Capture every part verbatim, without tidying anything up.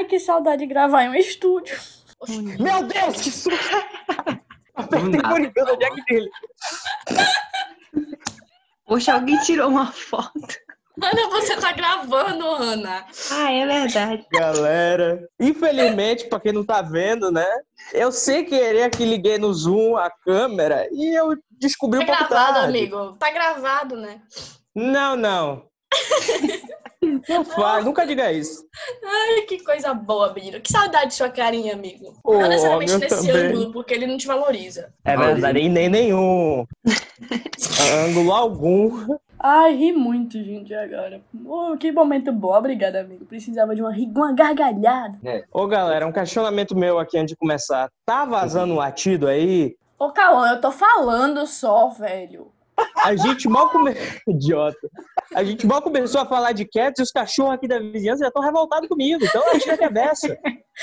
Ai, que saudade de gravar em um estúdio. Meu Deus, que susto! Apertei o Coringão do Jack dele. Poxa, alguém tirou uma foto. Ana, você tá gravando, Ana. Ah, é verdade. Galera, infelizmente, pra quem não tá vendo, né? Eu sem querer que liguei no Zoom a câmera e eu descobri Tá um pouco gravado, tarde. amigo. Tá gravado, né? Não, não. Não faz, nunca diga isso. Ai, que coisa boa, menino. Que saudade de sua carinha, amigo. Ô, não necessariamente eu nesse também. ângulo, porque ele não te valoriza. É verdade, e nem nenhum. Ângulo algum. Ai, ri muito, gente, agora. Oh, que momento bom. Obrigada, amigo. Precisava de uma, ri- uma gargalhada. Ô, galera, um questionamento meu aqui antes de começar. Tá vazando um latido aí? Ô, Cauã, eu tô falando só, velho. A gente mal come... Idiota. A gente mal começou a falar de Cats e os cachorros aqui da vizinhança já estão revoltados comigo. Então a gente vai ter beça.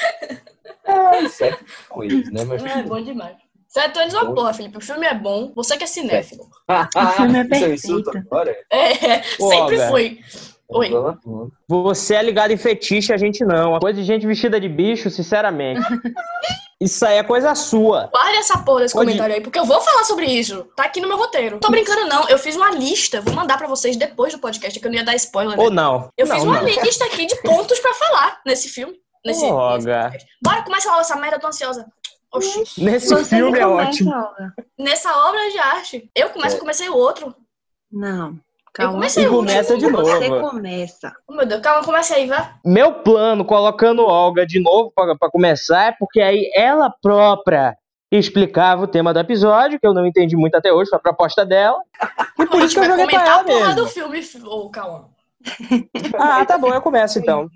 É, certo com eles, né, meu É filho? bom demais. Certo, antes uma porra, Felipe. O filme é bom. Você que é cinéfilo. O filme é Isso é um perfeito. insulto agora? É, Pô, sempre velho. fui. Oi. Você é ligado em fetiche, a gente não. A coisa de gente vestida de bicho, sinceramente. Isso aí é coisa sua. Guarde essa porra desse Pode- comentário aí, porque eu vou falar sobre isso. Tá aqui no meu roteiro. Tô brincando, não. Eu fiz uma lista. Vou mandar pra vocês depois do podcast, que eu não ia dar spoiler, né? Ou não. Eu não, fiz uma não. lista aqui de pontos pra falar nesse filme. Nesse, nesse Olga. podcast. Bora, começa logo essa merda, eu tô ansiosa. Oxi. Nesse Você filme que é começa, ótimo. Olga. Nessa obra de arte. Eu começo, É. comecei o outro. Não, Eu calma. comecei E o último. começa de Você novo. começa. Oh, meu Deus, calma, comece aí, vai. Meu plano, colocando Olga de novo pra, pra começar, é porque aí ela própria explicava o tema do episódio, que eu não entendi muito até hoje, foi a proposta dela. E por A isso gente que eu vai joguei pra comentar ela a porra mesmo. do filme, ô, Cauã. Ah, tá bom, eu começo então.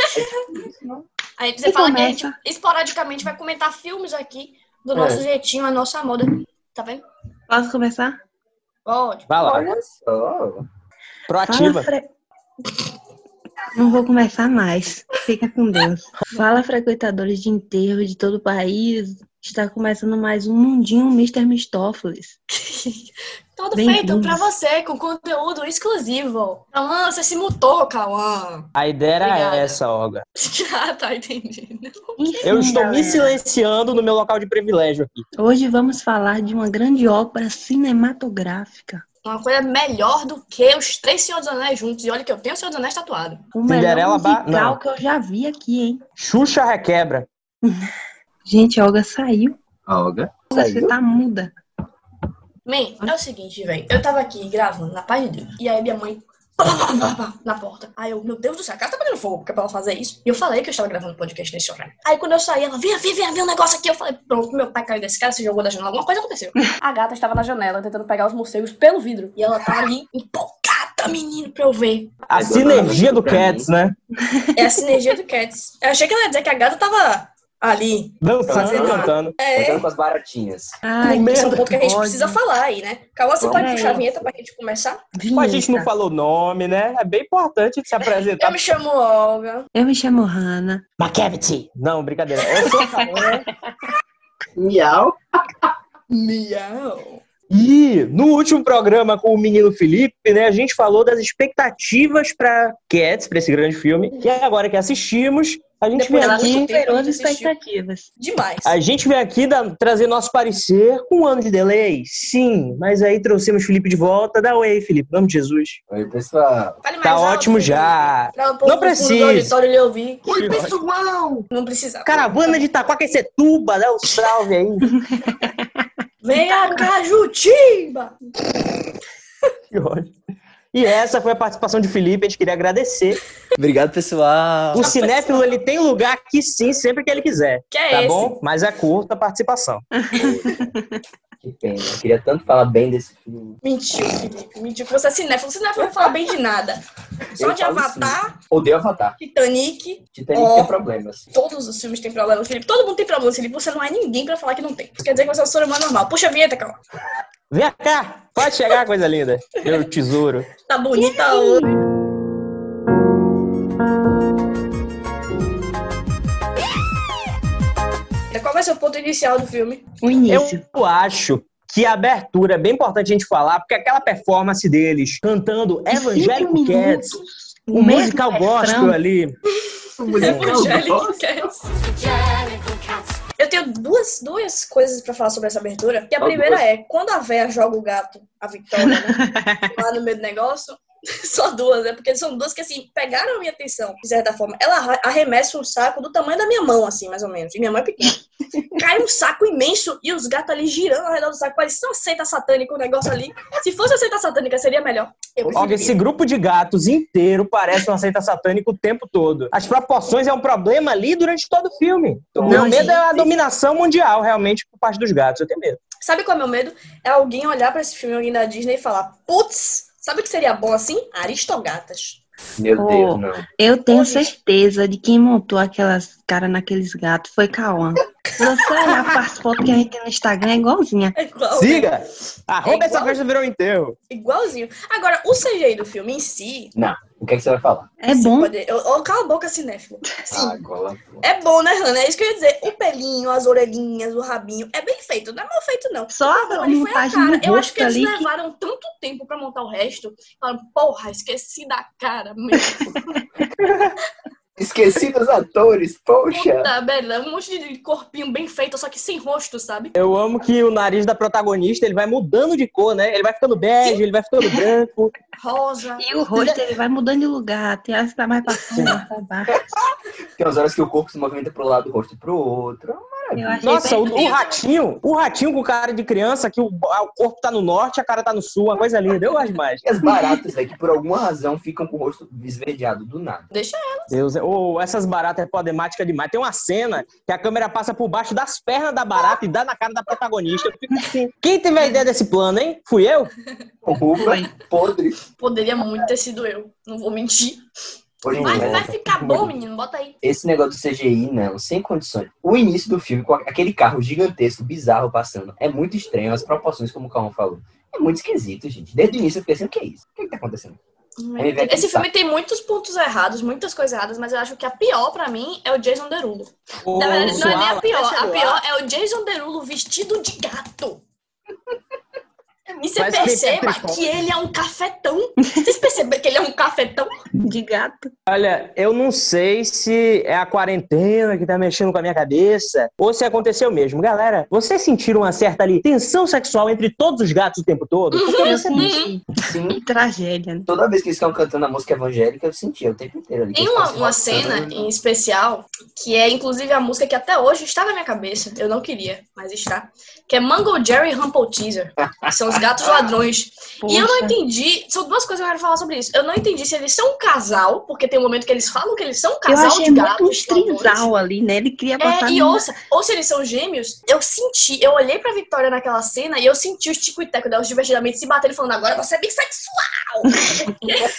Aí você E fala começa. que a gente esporadicamente vai comentar filmes aqui do É. nosso jeitinho, a nossa moda. Tá vendo? Posso começar? Pode. Vai lá, Olha só. proativa. Fala, fre... Não vou começar mais. Fica com Deus. Fala, frequentadores de enterro de todo o país. Está começando mais um Mundinho mister Mistófeles. Todo Bem-vindos. feito pra você, com conteúdo exclusivo. Cauã, você se mutou, Cauã. A ideia era Obrigada. essa, Olga. Ah, tá, entendi. Enfim, Eu estou me galera, silenciando no meu local de privilégio aqui. hoje vamos falar de uma grande obra cinematográfica. Uma coisa melhor do que os três Senhores dos Anéis juntos. E olha que eu tenho o Senhor dos Anéis tatuado. O melhor Cinderela Ba- musical não. que eu já vi aqui, hein? Xuxa requebra. Gente, a Olga saiu. Olga, Olga, você saiu? tá muda. Man, é o seguinte, velho. Eu tava aqui gravando na paz de Deus. E aí minha mãe pá, pá, pá, pá, na porta. Aí eu, meu Deus do céu, a casa tá pegando fogo, porque é pra ela fazer isso. E eu falei que eu estava gravando podcast nesse horário. Aí quando eu saí, ela, vem, vem, vem, vem um negócio aqui. Eu falei, pronto, meu pai caiu desse cara, se jogou da janela, alguma coisa aconteceu. A gata estava na janela tentando pegar os morcegos pelo vidro. E ela tava ali empolgada, menino, pra eu ver. A É, sinergia do pra mim. Cats, né? É a sinergia do Cats. Eu achei que ela ia dizer que a gata tava ali. Dançando, Fazendo- cantando. Cantando com as baratinhas. Ai, No Esse é um meio ponto que a gente ódio. precisa falar aí, né? Cauã, você Vamos pode aí. puxar a vinheta pra gente começar? Pô, a gente não Vinheta. falou nome, né? É bem importante se apresentar. Eu me chamo Olga. Eu me chamo Hannah. McCavity. Não, brincadeira. Eu sou o Cauã. Miau. Miau. E no último programa com o menino Felipe, né, a gente falou das expectativas para Cats, para esse grande filme. E agora que assistimos, a gente Depois vem ela aqui, muito tempo Superou a as gente assistiu. expectativas. Demais. a gente vem aqui dar- trazer nosso parecer com um ano de delay. Sim, mas aí trouxemos Felipe de volta. Dá oi aí, Felipe, em nome de Jesus. Oi, pessoal. Fale mais Tá alto, ótimo Felipe. já. Pra o povo Não do fundo precisa. do auditório lhe ouvir. Oi, pessoal. Não precisava. Caravana de Itaquaquecetuba, dá um salve aí. Venha, Cajutiba! Que ódio. E essa foi a participação de Felipe, a gente queria agradecer. Obrigado, pessoal. O cinéfilo, ele tem lugar aqui sim, sempre que ele quiser. Que é Tá esse? bom? Mas é curta a participação. Que pena. Eu queria tanto falar bem desse filme. Mentiu, Felipe. Mentiu que você é cinéfilo. Cinéfilo não fala bem de nada. Só Eu de falo Avatar, sim. Odeio Avatar. Titanic. Titanic Oh. tem problemas. Todos os filmes têm problemas, Felipe. Todo mundo tem problemas, Felipe. Você não é ninguém pra falar que não tem. Isso quer dizer que você é um ser humano normal. Puxa a vinheta, calma. Vem cá, pode chegar, coisa linda. Meu tesouro. Tá bonita hoje. Qual vai ser o ponto inicial do filme? O início. Eu acho que a abertura é bem importante a gente falar, porque aquela performance deles cantando De Evangelical cinco Cats, minutos, o mesmo musical refrão. gospel ali. Evangelic Cats. Eu tenho duas, duas coisas pra falar sobre essa abertura. Que a primeira é, quando a véia joga o gato, a Victoria, né, lá no meio do negócio, só duas, né? Porque são duas que, assim, pegaram a minha atenção, de certa forma. Ela arremessa um saco do tamanho da minha mão, assim, mais ou menos. E minha mão é pequena. Cai um saco imenso e os gatos ali girando ao redor do saco. Parece uma seita satânica o negócio ali. Se fosse a seita satânica, seria melhor. Olha, esse grupo de gatos inteiro parece uma seita satânica o tempo todo. As proporções é um problema ali durante todo o filme. O meu medo gente. é a dominação mundial, realmente, por parte dos gatos. Eu tenho medo. Sabe qual é o meu medo? É alguém olhar pra esse filme, alguém da Disney e falar, putz, sabe o que seria bom assim? Aristogatas. Meu oh, Deus, não. Eu tenho oh, certeza de quem montou aquelas caras naqueles gatos foi Cauã. Se você olhar para as fotos que a gente tem no Instagram, é igualzinha. É igual, Siga! Né? Arroba é essa festa virou um enterro. Igualzinho. Agora, o C G I do filme em si... Não. O que é que você vai falar? É bom. Pode... Eu, eu, cala a boca, cinéfilo. Sim. Ah, igual... É bom, né, Hannah? É isso que eu ia dizer. O pelinho, as orelhinhas, o rabinho. É bem feito. Não é mal feito, não. Só a ele foi a cara. Eu acho que eles ali levaram que... tanto tempo pra montar o resto. Falaram, porra, esqueci da cara mesmo. Esqueci dos atores, poxa. Puta, merda, um monte de corpinho bem feito, só que sem rosto, sabe? Eu amo que o nariz da protagonista, ele vai mudando de cor, né? Ele vai ficando bege, Sim. ele vai ficando branco. Rosa. E o rosto, ele vai mudando de lugar. Tem horas que tá mais pra cima, mais pra baixo. Tem umas horas que o corpo se movimenta pro lado, o rosto pro outro. Nossa, o, o ratinho, o ratinho com cara de criança, que o, o corpo tá no norte, a cara tá no sul, uma coisa linda. Eu gosto demais. E as baratas, velho, que por alguma razão ficam com o rosto esverdeado do nada. Deixa elas. Deus, oh, essas baratas é podemática demais. Tem uma cena que a câmera passa por baixo das pernas da barata e dá na cara da protagonista. Eu fico assim, quem teve a ideia desse plano, hein? Fui eu? Uba, podre. Poderia muito ter sido eu, não vou mentir. Hoje Vai, dia, vai ficar bom, menino, bota aí. Esse negócio do C G I, não, sem condições. O início do filme, com aquele carro gigantesco, bizarro passando, é muito estranho. As proporções, como o Calma falou, é muito esquisito, gente. Desde o início eu fiquei assim, o que é isso? O que é que tá acontecendo? Esse filme tem muitos pontos errados, muitas coisas erradas, mas eu acho que a pior pra mim é o Jason Derulo. Oh, Na verdade, não é nem a pior. A pior lá. é o Jason Derulo vestido de gato. E você Mas perceba que ele é um cafetão. Vocês percebem que ele é um cafetão? De gato. Olha, eu não sei se é a quarentena que tá mexendo com a minha cabeça ou se aconteceu mesmo. Galera, vocês sentiram uma certa ali tensão sexual entre todos os gatos o tempo todo? Porque Eu eu senti. Sim. Que tragédia, né? Toda vez que eles ficam cantando a música evangélica, eu sentia o tempo inteiro ali. Tem uma, uma cena em especial, que é inclusive a música que até hoje está na minha cabeça. Eu não queria, mas está. Que é Mango Jerry Rumple Teaser. São os gatos ladrões. Poxa. E eu não entendi, são duas coisas que eu quero falar sobre isso. Eu não entendi se eles são um casal, porque tem um momento que eles falam que eles são um casal eu achei de gatos. Muito um trisal ali, né? Ele queria passar... É, e ouça, ou se eles são gêmeos, eu senti, eu olhei pra Victoria naquela cena e eu senti os tico e teco delas divertidamente se batendo falando, agora você é bissexual!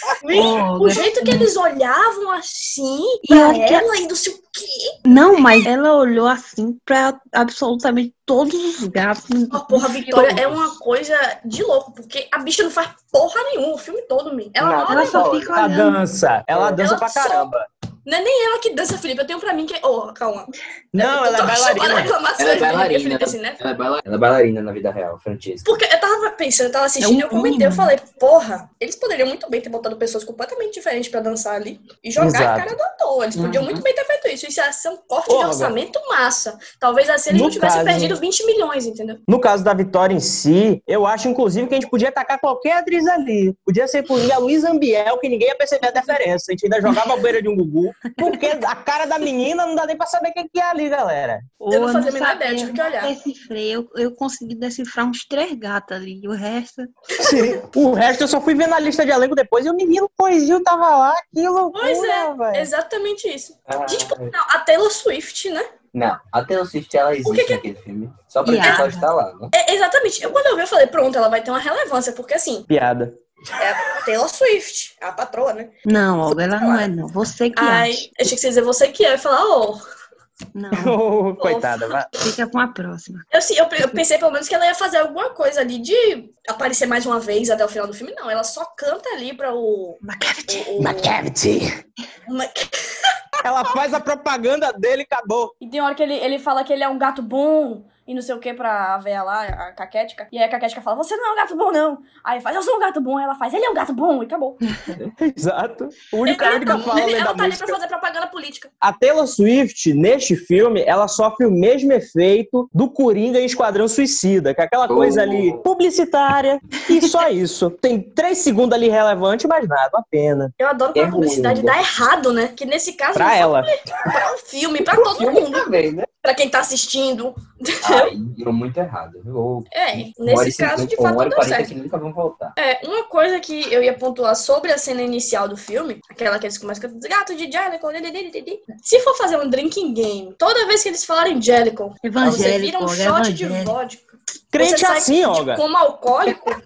Oh, o jeito que eles olhavam assim, E pra ela ela que- e não sei o quê. Não, mas ela olhou assim pra absolutamente todos os gatos. Oh, porra, a Victoria é uma coisa de louco, porque a bicha não faz porra nenhuma o filme todo, me. Ela Nada. não Ela olha, só olha. fica Ela olhando. dança, ela dança Ela pra só- caramba. Não é nem ela que dança, Felipe. Eu tenho pra mim que. Ô, calma. Não, ela é bailarina. Ela é bailarina. Assim, né? Ela é bailarina, ela é bailarina na vida real, Francesca. Porque eu tava pensando, eu tava assistindo É um e eu comentei, eu falei, porra, eles poderiam muito bem ter botado pessoas completamente diferentes pra dançar ali e jogar Exato. a cara do ator. Eles podiam Uhum. muito bem ter feito isso. Isso ia ser um corte Porra, de orçamento massa. Talvez assim eles No não tivessem caso- perdido vinte milhões, entendeu? No caso da Vitória em si, eu acho, inclusive, que a gente podia tacar qualquer atriz ali. Podia ser, inclusive, a Luísa Ambiel, que ninguém ia perceber a diferença. A gente ainda jogava a beira de um Gugu. Porque a cara da menina não dá nem pra saber o que que é ali, galera. Eu não Ô, fazia a menor sabia, ideia, tive que eu olhar. decifrei, eu, eu consegui decifrar uns três gatos ali. O resto. Sim. O resto eu só fui ver na lista de elenco depois e o menino Poesil tava lá. Que loucura, Pois é, velho. exatamente isso. Ah, Gente, por sinal, a Taylor Swift, né? não, a Taylor Swift, ela existe que que- naquele filme. Só pra Yeah. dizer que ela está lá, né? É, exatamente. Eu, quando eu vi, eu falei, pronto, ela vai ter uma relevância, porque assim, Piada. é a Taylor Swift, é a patroa, né? Não, Olga, ela não é, não. Você que Aí, acha. eu achei que você ia dizer você que é. Eu ia falar, ô. Não, Oh, coitada, vai. fica com a próxima. Eu, sim, eu, eu pensei pelo menos que ela ia fazer alguma coisa ali de aparecer mais uma vez até o final do filme. Não, ela só canta ali pra o. McCavity. o, o McCavity. Ma- Ela faz a propaganda dele e acabou. E tem hora que ele, ele fala que ele é um gato bom, e não sei o que pra véia lá, a Caquética. E aí a Caquética fala, você não é um gato bom, não. Aí faz, eu sou um gato bom. Aí ela faz, ele é um gato bom. E acabou. Exato. O único, a única fala Ele, além da ela tá ali música. pra fazer propaganda política. A Taylor Swift, neste filme, ela sofre o mesmo efeito do Coringa em Esquadrão Suicida, que é aquela coisa ali publicitária e só isso. Tem três segundos ali relevante, mas nada, uma pena. Eu adoro quando É a publicidade ruim, dá errado, né? Que nesse caso Pra não foi ela. pra um filme, pra todo filme mundo. também, né? Pra quem tá assistindo. Ai, deu muito errado. Ou, É, uma hora nesse e caso, cinquenta, de ou fato, uma hora não e deu quarenta certo. que nunca vão voltar. É, uma coisa que eu ia pontuar sobre a cena inicial do filme, aquela que eles começam cantando gato de Jellicle, se for fazer um drinking game, toda vez que eles falarem Jellicle, você vira Evangélico, um Olga, shot de evangélico. vodka. Crente Você sai assim, de Olga. como alcoólico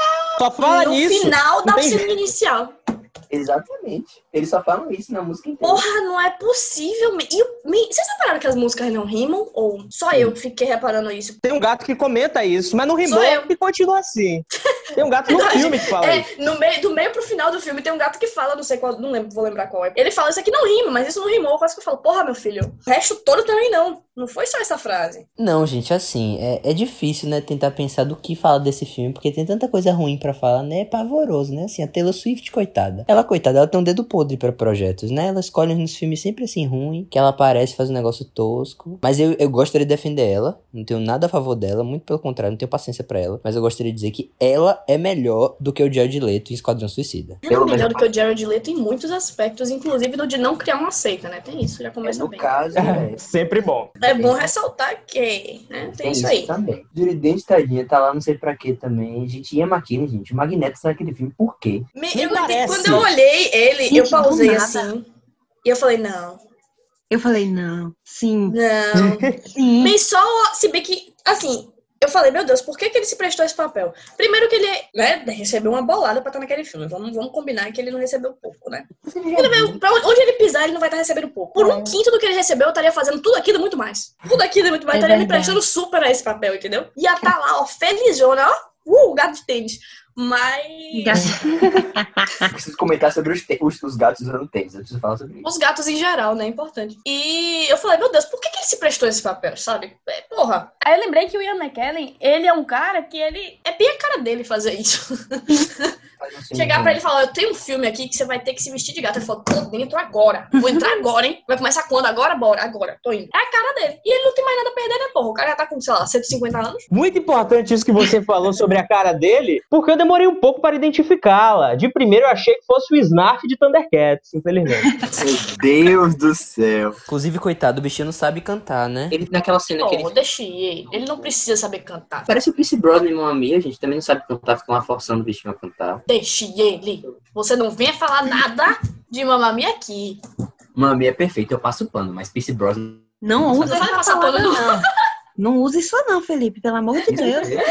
Só fala no nisso. final Não da tem cena jeito. inicial. Exatamente. Eles só falam isso na música inteira. Porra, não é possível. E, o- me- vocês repararam que as músicas não rimam? Ou só Sim. eu fiquei reparando isso? Tem um gato que comenta isso, mas não rimou Sou eu. e continua assim. Tem um gato no Verdade. filme que fala isso. É, no meio, do meio pro final do filme tem um gato que fala, não sei qual, não lembro, vou lembrar qual é. Ele fala, isso aqui não rima, mas isso não rimou. Quase que eu falo, porra, meu filho, o resto todo também não. Não foi só essa frase. Não, gente, assim, é, é difícil, né, tentar pensar do que falar desse filme, porque tem tanta coisa ruim pra falar, né, é pavoroso, né, assim, a Taylor Swift, coitada. Ela, coitada, ela tem um dedo podre pra projetos, né, ela escolhe nos filmes sempre assim, ruim, que ela aparece, faz um negócio tosco, mas eu, eu gostaria de defender ela, não tenho nada a favor dela, muito pelo contrário, não tenho paciência pra ela, mas eu gostaria de dizer que ela é melhor do que o Jared Leto em Esquadrão Suicida. Ele é Pelo melhor menos- do que o Jared Leto em muitos aspectos, inclusive no de não criar uma seita, né? Tem isso, já É, começa no bem. caso, é, Sempre bom. É bom tem- ressaltar que, né? Tem tem isso isso aí. também. Juridente, tadinha, tá lá não sei pra quê também. A gente ama aquilo, gente. O Magneto tá naquele filme, por quê? Me- Nem eu- parece. quando eu olhei ele, Gente, eu do pausei nada. assim. E eu falei, não, Eu falei, não, sim, não. sim. Mas só, se bem que, assim, eu falei, meu Deus, por que, que ele se prestou esse papel? Primeiro que ele, né, recebeu uma bolada pra estar naquele filme. Vamos, vamos combinar que ele não recebeu pouco, né? Ele veio, pra onde ele pisar, ele não vai estar recebendo pouco. Por um quinto do que ele recebeu, eu estaria fazendo tudo aquilo e muito mais. Tudo aquilo e muito mais. É estaria me verdade. prestando super a esse papel, entendeu? Ia estar lá, ó, felizona, ó. Uh, gato de tênis. Mas Eu preciso comentar sobre os, te- os, os gatos usando tênis. Eu preciso falar sobre isso. os gatos em geral, né? É importante. E eu falei, meu Deus, por que, que ele se prestou esse papel, sabe? É, porra, Aí eu lembrei que o Ian McKellen, ele é um cara que ele... é bem a cara dele fazer isso. Faz um Chegar filme pra ele e falar, eu tenho um filme aqui que você vai ter que se vestir de gato. Ele falou, tô dentro agora. Vou entrar agora, hein? Vai começar quando? Agora? Bora, agora. Tô indo. É a cara dele. E ele não tem mais nada a perder, né, porra? O cara já tá com, sei lá, cento e cinquenta anos. Muito importante isso que você falou sobre a cara dele, porque eu demorei um pouco para identificá-la. De primeiro eu achei que fosse o Snarf de Thundercats, infelizmente. Meu Deus do céu. Inclusive, coitado, o bichinho não sabe cantar, né? Ele, naquela cena que ele... Pô, deixa ele. Ele não precisa saber cantar. Parece o Pierce Brosnan em Mamma Mia, gente. Também não sabe cantar, fica lá forçando o bichinho a cantar. Deixe ele. Você não venha falar nada de Mamma Mia aqui. Mamma Mia é perfeito, eu passo pano, mas Pierce Brosnan... Não usa Não vai essa passar palavra, pano, não. Não usa isso não, Felipe, pelo amor de Isso o Deus. quê?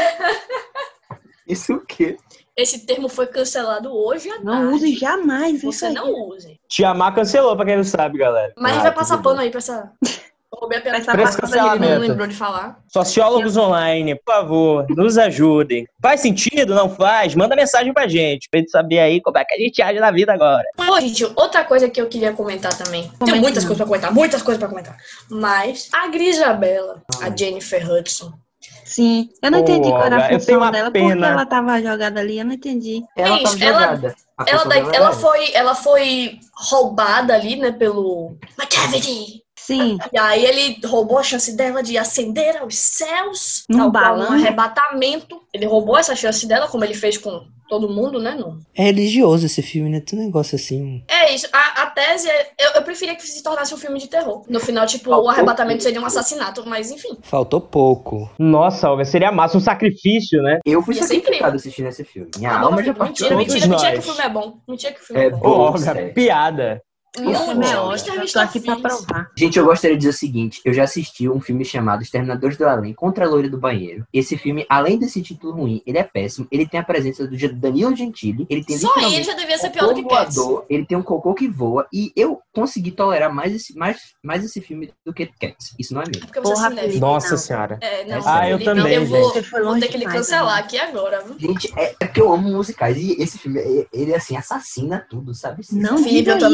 Isso o quê? Esse termo foi cancelado hoje à Não tarde. use jamais isso Você aí. não use. Tiamat cancelou, pra quem não sabe, galera. Mas a gente Ah, vai passar tudo pano bem. aí pra essa... Eu roubei a piada Essa pra passada passada ele não cancelamento. lembrou de falar. Sociólogos online, por favor, nos ajudem. Faz sentido? Não faz? Manda mensagem pra gente, pra gente saber aí como é que a gente age na vida agora. Pô, gente, outra coisa que eu queria comentar também. Tem Comente muitas não. coisas pra comentar, muitas coisas pra comentar. Mas a Grisabella, a Jennifer Hudson, Sim, eu não Pô, entendi qual era Olga, a eu tenho função uma dela, porque pena. ela tava jogada ali, eu não entendi. Ela Gente, tava ela- jogada. A ela, função da- dela ela, era foi, ela foi roubada ali, né, pelo McCavity. Sim, E aí ele roubou a chance dela de ascender aos céus, Num tal qual balão. num arrebatamento. Ele roubou essa chance dela, como ele fez com todo mundo, né? No... É religioso esse filme, né? Tem um negócio assim. É isso. A, a tese é... Eu, eu preferia que se tornasse um filme de terror. No final, tipo, o arrebatamento seria um assassinato, mas enfim. Faltou pouco. Nossa, Olga, seria massa, um sacrifício, né? Eu fui Ia ser sacrificado incrível. assistindo esse filme. Minha Ah, alma não, já mentira, partiu. mentira, Todos mentira que nós. o filme é bom. Mentira que o filme É é, bom. bom. Olga, sério. piada. Não, esse filme é não, ótimo, eu mister tô aqui pra Feliz. provar. Gente, eu gostaria de dizer o seguinte, eu já assisti um filme chamado Exterminadores do Além contra a Loira do Banheiro. Esse filme, além desse título ruim, ele é péssimo. Ele tem a presença do Danilo Gentili. Ele tem Só ele já devia ser pior do que cocô Cats. voador, ele tem um cocô que voa. E eu consegui tolerar mais esse, mais, mais esse filme do que Cats. Isso não é mesmo. Porque você Porra, é cinéfilo. Felipe. Nossa Não. senhora. É, não, Ah, eu Felipe, também, Eu vou, gente. Foi vou longe ter que lhe demais, cancelar né? aqui agora, viu? Gente, é, é porque eu amo musicais. E esse filme, é- ele assim, assassina tudo, sabe? Não Felipe, diga eu também isso. amo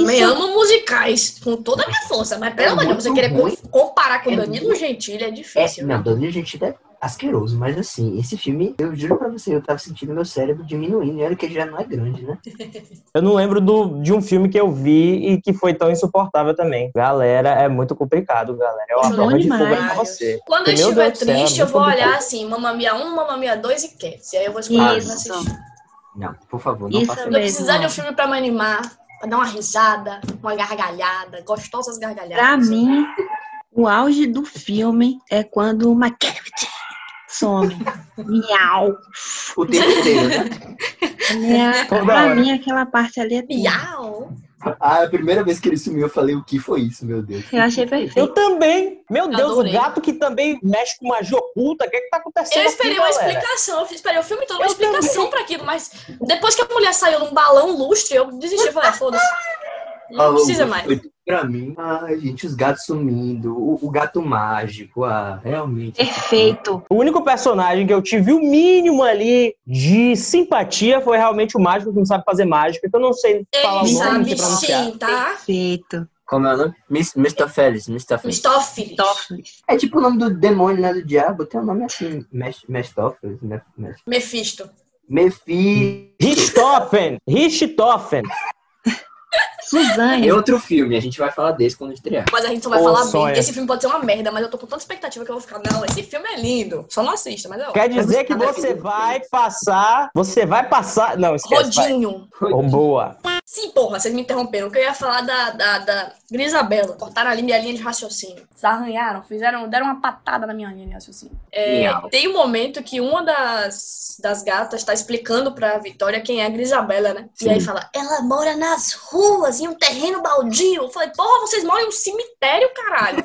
amo musicais, com toda a minha força, mas pelo É amor de Deus, você muito querer ruim. co- comparar com É Danilo muito- Gentili é É, difícil. não, Danilo Gentili é asqueroso, mas assim, esse filme, eu juro pra você, eu tava sentindo meu cérebro diminuindo, e olha que ele já não é grande, né? Eu não lembro do, de um filme que eu vi e que foi tão insuportável também. Galera, é muito complicado, galera. É uma Bom prova de fogo demais. aí pra você. Quando eu Meu estiver Deus do céu, é triste, eu muito vou complicado. olhar assim, Mamma Mia um, Mamma Mia dois e Cats. E aí eu vou escolher Ah, pra Isso. assistir. Não, por favor, não Isso faça Quando mesmo. eu precisar de um filme pra me animar, pra dar uma risada, uma gargalhada, gostosas gargalhadas. Pra mim, o auge do filme é quando o McCavity some. Miau. o tempo inteiro, né? Minha, Toda pra hora. mim, aquela parte ali é tudo. Miau! Ah, a primeira vez que ele sumiu, eu falei, o que foi isso, meu Deus? Eu achei Eu perfeito. também. Meu Deus, Adorei. o gato que também mexe com magia oculta. O que é que tá acontecendo Eu esperei aqui, uma galera? explicação, eu esperei o filme todo uma Eu explicação também. pra aquilo, mas depois que a mulher saiu num balão lustre, eu desisti, eu falei, ah, foda-se. Não Falou, precisa mais. Foi tudo pra mim. Ai, gente, os gatos sumindo, o, o gato mágico, ah, realmente. Perfeito. O único personagem que eu tive o mínimo ali de simpatia foi realmente o mágico que não sabe fazer mágica. Então eu não sei falar Ele o nome, não sabe sei pronunciar. sim, tá? Perfeito. Como é o nome? Miss- mister Félix, mister Félix. Mistófeles. Tóflis. É tipo o nome do demônio, né, do diabo, tem um nome assim, Mestófeles, né? Mes- Mephisto. Mephisto. Richthofen. Richthofen. Suzane. É outro filme, a gente vai falar desse quando estrear. Mas a gente só vai Ô, falar sonha. bem. Esse filme pode ser uma merda, mas eu tô com tanta expectativa que eu vou ficar, não, esse filme é lindo. Só não assista, mas é ótimo. Quer dizer que Nada você filho. vai passar... Você vai passar... Não, esquece. vai. Rodinho. Oh, boa. Sim, porra, vocês me interromperam. Que eu ia falar da, da, da Grisabela. Cortaram ali minha linha de raciocínio. Desarranharam, fizeram, deram uma patada na minha linha de raciocínio. É, Miau. tem um momento que uma das, das gatas tá explicando pra Vitória quem é a Grisabela, né? Sim. E aí fala, ela mora nas ruas, em um terreno baldio. Eu falei, porra, vocês moram em um cemitério, caralho.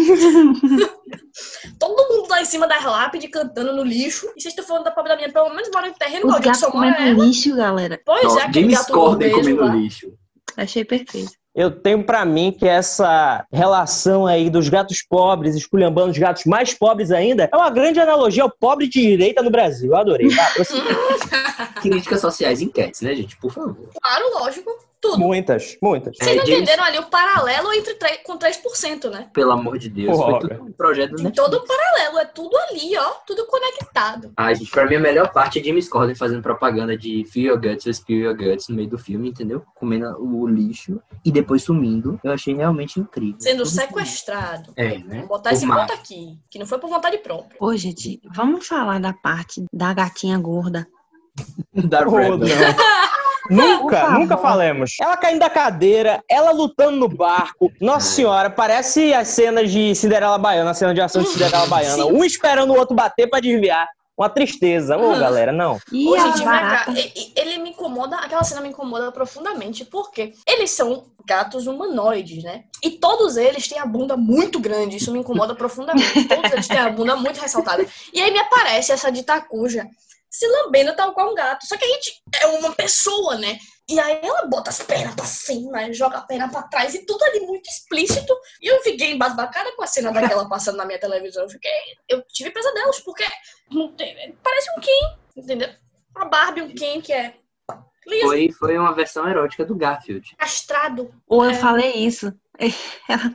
Todo mundo lá em cima das lápides cantando no lixo. E vocês estão falando da pobre da minha, pelo menos mora em um terreno Os baldio que gatos só mora comendo ela. lixo, galera. Pois Nossa, é, aquele James gato Corden obeso comendo lá. lixo. Achei perfeito. Eu tenho pra mim que essa relação aí dos gatos pobres esculhambando os gatos mais pobres ainda é uma grande analogia ao pobre de direita no Brasil. Eu adorei. Tá? Prossiga. Críticas sociais enquetes, né, gente? Por favor. Claro, lógico. Tudo. Muitas, muitas. Vocês não É, James- entenderam ali o paralelo entre tre- com três por cento, né? Pelo amor de Deus, Porra, foi tudo um projeto do Tem Netflix. todo o paralelo, é tudo ali, ó. Tudo conectado. Ah, gente, pra mim a melhor parte é James Corden fazendo propaganda de Feel Your Guts, Spill Your Guts no meio do filme, entendeu? Comendo o lixo e depois sumindo. Eu achei realmente incrível. Sendo Tudo sequestrado. É, né? Vou botar Por esse má. ponto aqui, que não foi por vontade própria. Ô, gente, vamos falar da parte da gatinha gorda. Da Oh, Brandon. não. Nunca, Por nunca favor. falemos. Ela caindo da cadeira, ela lutando no barco. Nossa senhora, parece as cenas de Cinderela Baiana, a cena de ação de Cinderela Baiana. Sim. Um esperando o outro bater pra desviar. Uma tristeza. Ô, Uhum. galera, não. E Ô, a gente, vem cá, barata? e- e- ele me incomoda, aquela cena me incomoda profundamente, porque eles são gatos humanoides, né? E todos eles têm a bunda muito grande, isso me incomoda profundamente. Todos eles têm a bunda muito ressaltada. E aí me aparece essa de Takuja se lambendo tal qual um gato. Só que a gente é uma pessoa, né? E aí ela bota as pernas pra cima, joga a perna pra trás e tudo ali muito explícito. E eu fiquei embasbacada com a cena daquela passando na minha televisão. Eu fiquei, eu tive pesadelos, porque, Não tem- Parece um Kim. entendeu? A Barbie, um Ken que é liso, Foi, foi uma versão erótica do Garfield. castrado. Ou eu É. falei isso. Ela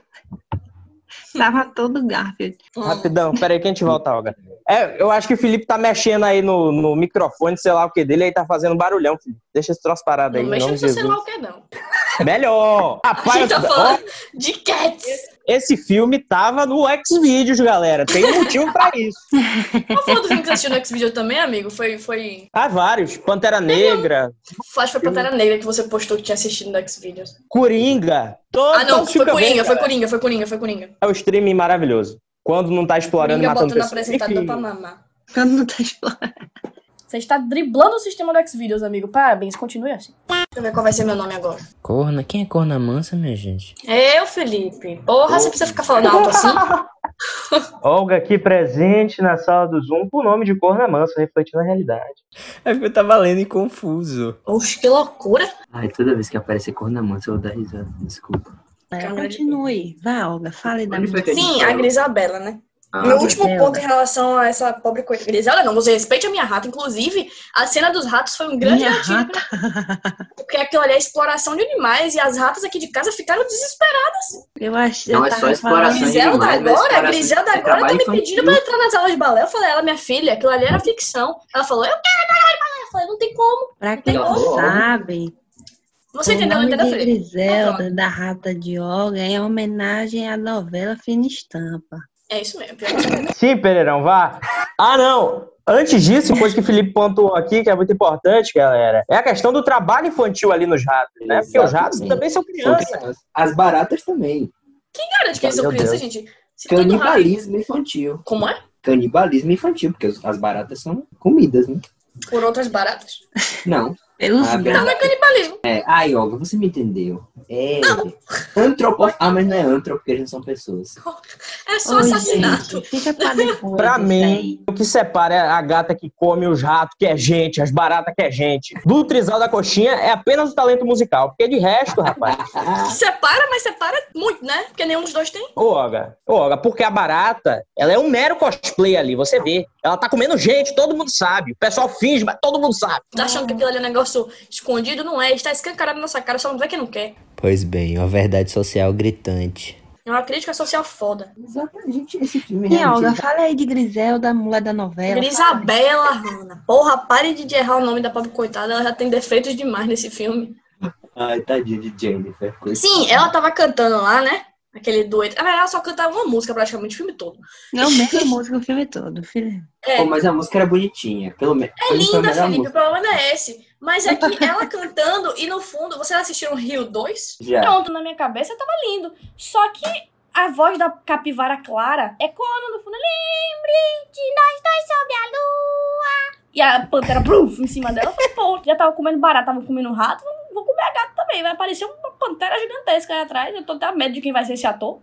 tava todo Garfield. Hum. Rapidão, peraí que a gente volta, Olga. É, eu acho que o Felipe tá mexendo aí no, no microfone, sei lá o que dele, aí tá fazendo barulhão, Felipe. Deixa esse troço parado aí, Não em mexa nome no de seu Jesus. celular o que não. Melhor! A Rapaz, gente tá ó, falando de Cats. esse filme tava no Xvideos, galera. Tem um motivo pra isso. Qual foi o filme que você assistiu no Xvideo também, amigo? Foi, foi... Há vários. Pantera Negra, Acho que foi Pantera Negra que você postou que tinha assistido no Xvideos. Coringa. Todo, Ah, não, todo foi fica Coringa, bem, foi cara. Coringa, foi Coringa, foi Coringa. É o streaming maravilhoso. Quando não tá explorando e Coringa matando botando pessoas. apresentador Enfim. pra mamar. Quando não tá explorando. Você está driblando o sistema do Xvideos, amigo. Parabéns, continue assim. Deixa eu ver qual vai ser meu nome agora. Corna? Quem é corna mansa, minha gente? É eu, Felipe. Porra, você precisa ficar falando alto assim? Olga aqui presente na sala do Zoom com o nome de Corna Manso, refletindo a realidade. É porque eu tava lendo e confuso. Oxe, que loucura. Ai, toda vez que aparecer Cornamança eu vou dar risada. Desculpa. É, Câmera de- continue. Vai, Olga, fale da Onde foi minha. que a gente Sim, a falou? Grisabela, né? Ah, Meu Ah, último Griselda. ponto em relação a essa pobre coisa. Griselda, não, você respeite a minha rata. Inclusive, a cena dos ratos foi um grande Minha gatilho. rata. pra- Porque aquilo ali é exploração de animais e as ratas aqui de casa ficaram desesperadas. Eu acho Não eu é tava só exploração falando- de Griselda animais, mas agora, exploração Griselda de- é agora tá trabalho me pedindo infantil. pra entrar nas aulas de balé. Eu falei, ela, minha filha, aquilo ali era ficção. Ela falou, eu quero entrar de balé. Eu falei, não tem como. Pra tem quem não como. sabe, Você o entendeu, não nome entendeu, de Felipe? Griselda da Rata de Olga é homenagem à novela Fina Estampa. É isso mesmo, pior que isso é verdade. Sim, Pereirão, vá. Ah, não. Antes disso, coisa que o Felipe pontuou aqui, que é muito importante, galera, é a questão do trabalho infantil ali nos ratos, né? Porque os ratos Exatamente. também são São crianças. crianças. As baratas também. Quem garante que eles são Meu crianças, Deus. gente? Se todo rato... Canibalismo infantil. Como é? Canibalismo infantil, porque os- as baratas são comidas, né? Por outras baratas. Não. Pelos Ah, gatos. Então não é canibalismo. É, ai, Olga, você me entendeu. É. Antropo... Ah, mas não é antropo, porque eles não são pessoas. É só Ô, assassinato. gente, fica pra depois. Pra isso mim, aí. o que separa é a gata que come os ratos, que é gente, as baratas que é gente, do trisal da coxinha é apenas o talento musical. Porque de resto, rapaz, Separa, mas separa muito, né? Porque nenhum dos dois tem. ô Olga, ô Olga, porque a barata, ela é um mero cosplay ali, você vê. Ela tá comendo gente, todo mundo sabe. O pessoal finge, mas todo mundo sabe. Tá achando que aquilo ali é um negócio escondido? Não é. Está escancarado na nossa cara, só não vê quem não quer. Pois bem, uma verdade social gritante. É uma crítica social foda. Exatamente, esse filme E Olga, realmente... fala aí de Griselda, a mulher da novela. Grisabela, Hanna. Porra, pare de errar o nome da pobre coitada. Ela já tem defeitos demais nesse filme. Ai, tadinha de Jennifer. coisa- Sim, ela tava cantando lá, né? Aquele dueto. Na verdade, ela só cantava uma música praticamente o filme todo. Não, mesmo música o filme todo, filho. É, Pô, mas a música era bonitinha, pelo menos. é linda, Felipe. O problema não é esse. Mas é que ela cantando e no fundo, vocês assistiram Rio dois? Já. Pronto, na minha cabeça tava lindo. Só que a voz da capivara Clara é quando no fundo, lembre de nós dois sobre a lua. E a pantera, bruf, em cima dela. Eu falei, pô, já tava comendo barato, tava comendo rato, vou comer a gata também. Vai aparecer uma pantera gigantesca aí atrás. Eu tô até medo de quem vai ser esse ator.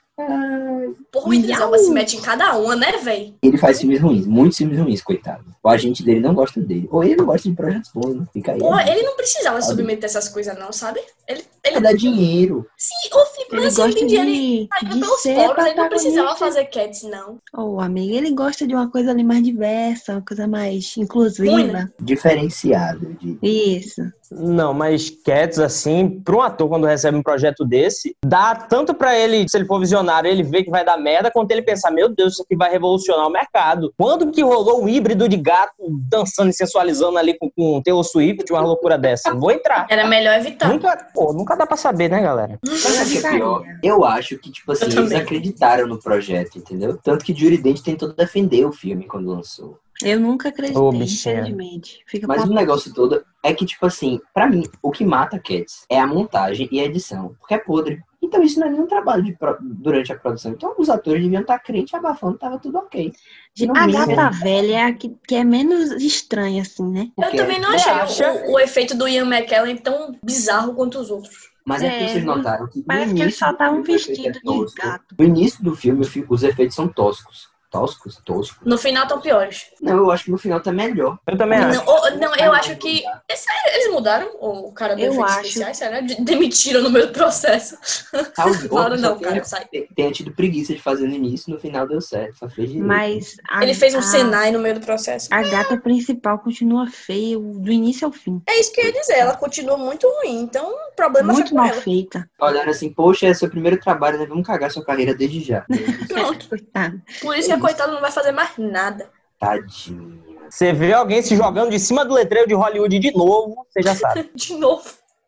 Porra, o Idris Elba se mete em cada uma, né, véi? Ele faz filmes ruins, muitos filmes ruins, coitado. O agente dele não gosta dele. Ou ele não gosta de projetos bons, né? Fica aí. Porra, ele não precisava Sabe? submeter essas coisas, não, sabe? Ele, Ele ele dá dinheiro. sim, ô Felipe, Ele mas assim, gosta ele, ele de, tá indo de pelos ser pobres, ele não precisava protagonista. fazer Cats, não. Ô, amiga, ele gosta de uma coisa ali mais diversa, uma coisa mais inclusiva. Ruim, né? Diferenciado. De... Isso. Não, mas Cats, assim, para um ator, quando recebe um projeto desse, dá tanto pra ele, se ele for visionário, ele vê que vai dar merda, quanto ele pensar, meu Deus, isso aqui vai revolucionar o mercado. Quando que rolou o híbrido de gato dançando e sensualizando ali com, com Taylor Swift, uma loucura dessa? Vou entrar. Era melhor evitar. Nunca, pô, nunca dá pra saber, né, galera? Mas sabe o que é pior? Eu acho que, tipo assim, Eu eles também. acreditaram no projeto, entendeu? Tanto que Judi Dench tentou defender o filme quando lançou. Eu nunca acreditei, Ô, bichinha. infelizmente. Fica Mas pra... o negócio todo é que, tipo assim, pra mim, o que mata Cats é a montagem e a edição, porque é podre. Então isso não é nenhum trabalho de pro- durante a produção. Então os atores deviam estar crente abafando, tava tudo ok. No A mínimo, gata velha é a que, que é menos estranha, assim, né? Eu porque- também não Você achei acha? o, o efeito do Ian McKellen tão bizarro quanto os outros. Mas é que É, vocês notaram que no Parece que eles início só do estavam filme o efeito é vestidos de tosco. gato. No início do filme, o fi- os efeitos são toscos. Toscos? Toscos? No final estão piores. Não, eu acho que no final tá melhor. Eu também acho. Não, ou- não, eu acho que. é sério, eles mudaram o cara do Eu efeitos acho. especiais, sério? De- Demitiram no meio do processo. Talvez Falaram, só não, tenha- cara, sai. tenha tido preguiça de fazer no início, no final deu certo. Só fez direito. Mas a, Ele fez um a, Senai no meio do processo. a gata principal continua feia do início ao fim. É isso que eu ia dizer, ela continua muito ruim. Então, o problema Muito foi com mal ela. feita. Olharam assim, poxa, é seu primeiro trabalho, né? Vamos cagar sua carreira desde já. Pronto. Coitada. Por isso que a coitada não vai fazer mais nada. Tadinha. Você vê alguém se jogando de cima do letreiro de Hollywood de novo, você já sabe. De novo.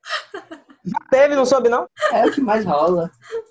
Já teve, não soube, não? É o que mais rola.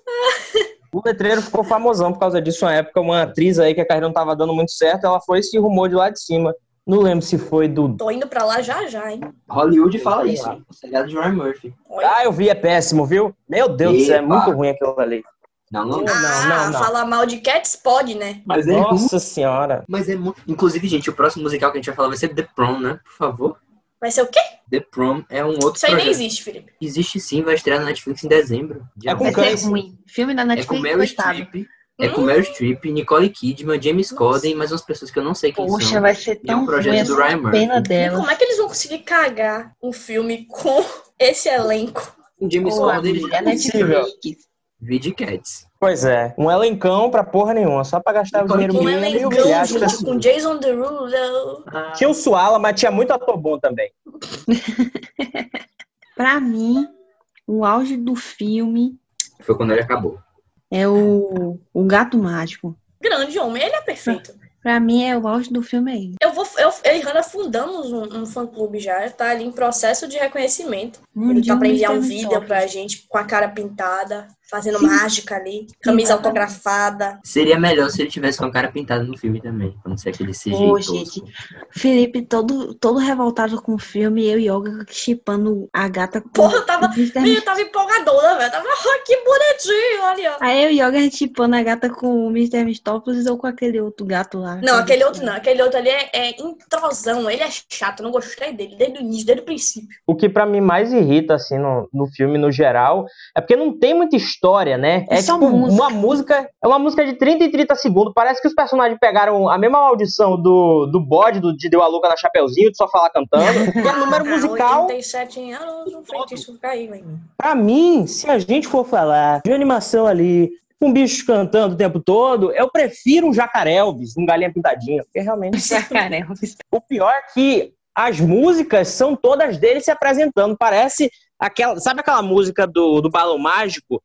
O letreiro ficou famosão por causa disso. Uma época, uma atriz aí que a carreira não tava dando muito certo, ela foi e se rumou de lá de cima. Não lembro se foi do... Tô indo pra lá já já, hein? Hollywood fala isso, hein? O seriado de Ryan Murphy. Olha. Ah, eu vi, é péssimo, viu? Meu Deus do céu, é Epa. muito ruim aquilo ali. Não, não. Não, ah, não, não. falar mal de Cats pode, né? Mas é ruim. Nossa senhora. Mas é muito. Inclusive, gente, o próximo musical que a gente vai falar vai ser The Prom, né? Por favor. Vai ser o quê? The Prom é um outro Isso aí nem projeto. existe, Felipe. Existe sim, vai estrear na Netflix em dezembro. Dia É com Vai onze. cães. ser ruim. Filme da É com Netflix, Meryl coitado. Streep. É com Meryl Streep, Nicole Kidman, James Corden e mais umas pessoas que eu não sei quem Poxa, são. vai ser E é um tão projeto ruim, do essa Ryan Murphy. pena E dela. como é que eles vão conseguir cagar um filme com esse elenco? O James Ô, Corden, ele amiga, já é possível. Netflix. Vide Cats. Pois é, um elencão pra porra nenhuma, só pra gastar o dinheiro Um mínimo e elencão humilhar as junto pessoas. com Jason Derulo. Tinha o Suala, mas tinha muito ator bom também. Pra mim, o auge do filme Foi quando ele acabou. é o, o Gato Mágico. Grande homem, ele é perfeito. Pra mim, é o auge do filme é ele. Eu, vou, eu, eu e Hannah fundamos um, um fã-clube já, tá ali em processo de reconhecimento. Ele tá pra enviar um vídeo pra gente com a cara pintada, fazendo Sim. mágica ali, camisa Exatamente. autografada. Seria melhor se ele tivesse com a cara pintada no filme também, pra não ser aquele C G I Ô, tosco. gente, Felipe todo, todo revoltado com o filme, eu e Olga chipando a gata com Porra, eu tava, o mister eu tava empolgadona, velho. Tava, ah, que bonitinho, olha. Aí eu e Olga chipando a gata com o mister Mistopoulos ou com aquele outro gato lá. Não, aquele outro não. Aquele outro ali é, é introsão. Ele é chato, eu não gostei dele desde o início, desde o princípio. O que pra mim mais irrita, assim, no, no filme, no geral, é porque não tem muita história, né? É É, só tipo música. uma música, é uma música de trinta em trinta segundos. Parece que os personagens pegaram a mesma audição do, do bode, do de Deu a Louca na Chapeuzinho, de só falar cantando. Porque é número musical. oitenta e sete anos, um feitiço caiu em mim. Pra mim, se a gente for falar de animação ali, com bichos cantando o tempo todo, eu prefiro um Jacaré Elvis, um Galinha Pintadinha, porque realmente Jacaré. o pior é que as músicas são todas dele se apresentando. Parece aquela, sabe aquela música do, do Balão Mágico?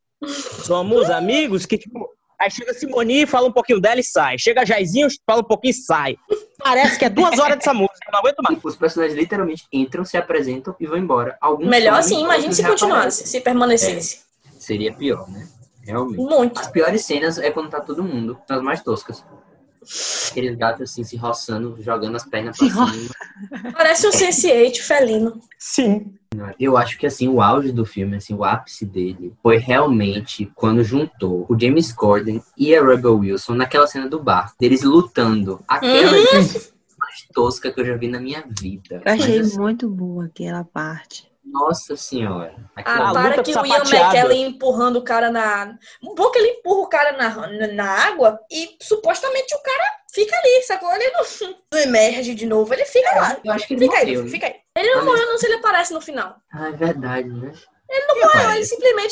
Somos amigos que tipo, aí chega a Simone, fala um pouquinho dela e sai. Chega a Jairzinho, fala um pouquinho e sai. Parece que é duas horas dessa música, eu não aguento mais. Os personagens literalmente entram, se apresentam e vão embora. Alguns Melhor somem, assim, imagine outros se continuasse, reaparecem. se permanecesse. Seria pior, né? Realmente. Muito. As piores cenas é quando tá todo mundo. São as mais toscas. Aqueles gatos assim, se roçando, jogando as pernas pra Se cima. Parece um sense eight felino. Sim. Eu acho que assim, o auge do filme, assim, o ápice dele foi realmente quando juntou o James Corden e a Rebel Wilson naquela cena do bar, deles lutando. Aquela Uhum. mais tosca que eu já vi na minha vida. Eu achei Mas, assim, muito boa aquela parte. nossa senhora. Ah, Aquela A para luta que com o Ian sapateado. McKellen empurrando o cara na... Um pouco ele empurra o cara na, na, na água e supostamente o cara fica ali, sacou? Ele não, não emerge de novo, ele fica lá. Eu acho que ele Fica aí, morreu, né? fica aí. Ele não Ah, morreu, não se ele aparece no final. Ah, é verdade, né? Ele não morreu, ele simplesmente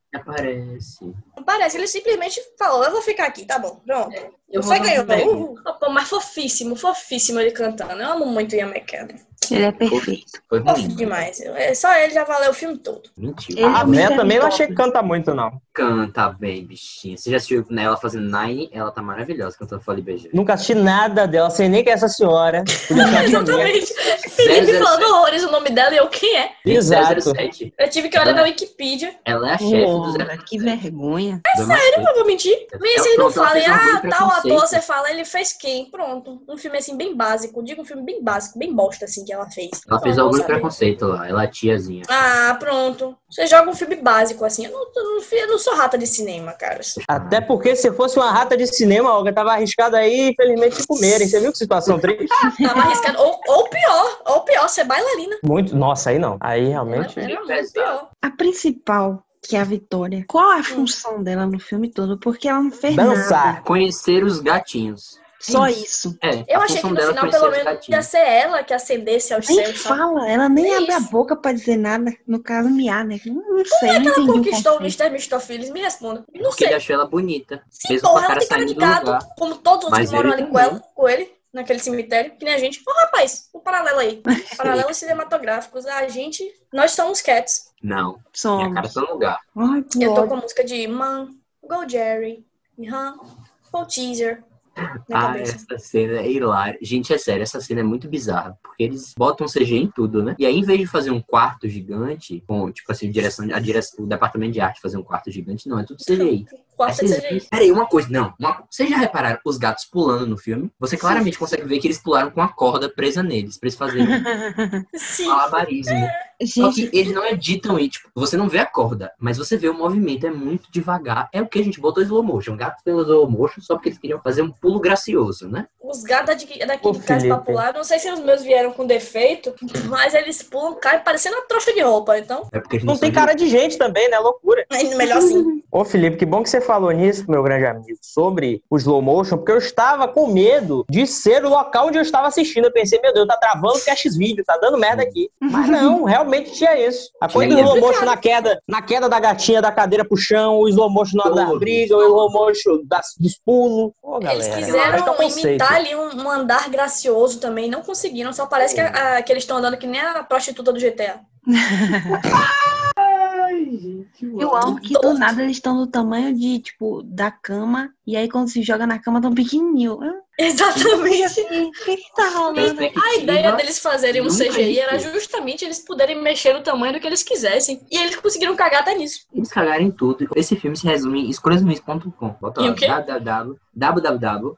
Aparece. aparece. Ele simplesmente falou, eu vou ficar aqui, tá bom, pronto. Eu Você vou ganhou. fazer bem. Uhul. Pô, mas fofíssimo, fofíssimo ele cantando. Eu amo muito o Ian McKellen. Ele é perfeito. Foi Fofo ruim. demais. É, só ele já valeu o filme todo. Mentira. Ele- A é o Véia mister também não Top. achei que canta muito, não. Canta bem, bichinha. Você já assistiu né, ela fazendo Nine? Ela tá maravilhosa cantando Folha B G. Nunca assisti nada dela, sei nem quem é essa senhora. Podia ser uma tia minha. Exatamente. Felipe zero zero falando sete. horrores o nome dela e eu, quem é? Exato. zero zero sete. Eu tive que olhar na Wikipedia. Ela é a chefe do Porra, zero zero que sete. vergonha. Do Machete. Eu não vou mentir. Mas É, vocês não pronto, ela falem, fez um orgulho ah, e tal preconceito. ator, você fala, ele fez quem? Pronto. Um filme assim, bem básico. Diga um filme bem básico, bem bosta, assim, que ela fez. Ela fez Pronto, Orgulho e sabe? Preconceito lá. Ela é a tiazinha. Ah, pronto. Você joga um filme básico, assim. Eu não, eu não, eu não sou rata de cinema, cara. Até porque se fosse uma rata de cinema, Olga, tava arriscada aí, infelizmente, de comerem. Você viu que situação triste? Tava arriscado. Ou, ou pior, ou pior, ser bailarina. Muito. Nossa, aí não. Aí realmente. Era muito pesado. pior. A principal, que é a Vitória, qual a função dela no filme todo? Porque ela não fez Dançar. nada. Conhecer os gatinhos. Só isso. É, Eu a achei que função no dela é final, conhecer pelo os menos, ia gatinhos. ser ela que ascendesse aos Nem céus, sabe? fala, ela nem É abre a isso. boca pra dizer nada. No caso, miar, né? Não, não sei, não Ela entendi o conquistou o conceito. mister Mistopheles, me responda. Não Porque ele sei. achou ela bonita. Sim, Mesmo com porra, a cara ela tem cara saindo de do gato, lugar. como todos os Mas que moram ele ali com, também. ela, com ele, naquele cemitério, que nem a gente. Ô, rapaz, o paralelo aí. Paralelos cinematográficos. A gente, nós somos cats. Não, minha Somos. cara tá no lugar. Ai, que Eu tô ódio. com a música de Man, Go Jerry, Uhum, Go Teaser. Na Ah, cabeça. essa cena é hilária. Gente, é sério, essa cena é muito bizarra. Porque eles botam C G I em tudo, né? E aí, em vez de fazer um quarto gigante, com, tipo assim, direção, a direção, o departamento de arte fazer um quarto gigante, não, é tudo C G I. Quarta Aí de vocês- C G I. Peraí, uma coisa, não. Uma... Vocês já repararam os gatos pulando no filme? Você claramente consegue ver que eles pularam com a corda presa neles, pra eles fazerem Sim. malabarismo. Só que Gente, eles não editam e, tipo, você não vê a corda, mas você vê o movimento, é muito devagar. É o que a gente botou slow motion. Gato pelo slow motion só porque eles queriam fazer um pulo gracioso, né? Os gatos daqui, daqui Ô, de casa Felipe. popular, não sei se os meus vieram com defeito, mas eles pulam, caem parecendo uma trouxa de roupa, então. É porque a gente Não são tem de- cara de gente também, né? Loucura. Ainda melhor assim. Ô, Felipe, que bom que você falou nisso, meu grande amigo, sobre o slow motion, porque eu estava com medo de ser o local onde eu estava assistindo. Eu pensei, meu Deus, tá travando porque é X-Vídeo, tá dando merda aqui. Mas não, realmente tinha isso. A coisa do Tinha. slow motion na queda, na queda da gatinha da cadeira pro chão, o slow motion na hora da Todos, briga, o slow motion das, dos pulos. Pô, galera, Eles acho que é quiseram o conceito. imitar ali um, um andar gracioso também, não conseguiram. Só parece que, a- que eles estão andando que nem a prostituta do G T A. Ai, gente, Eu amo que do nada eles estão do tamanho de, tipo, da cama, e aí quando se joga na cama tão pequenininho. Ah, Exatamente. O que que tá rolando? Perspectiva A ideia deles fazerem um nunca C G I era existiu. justamente eles poderem mexer no tamanho do que eles quisessem. E eles conseguiram cagar até nisso. Eles cagaram em tudo. Esse filme se resume em escolhas ruins ponto com. Bota E lá, o quê? www www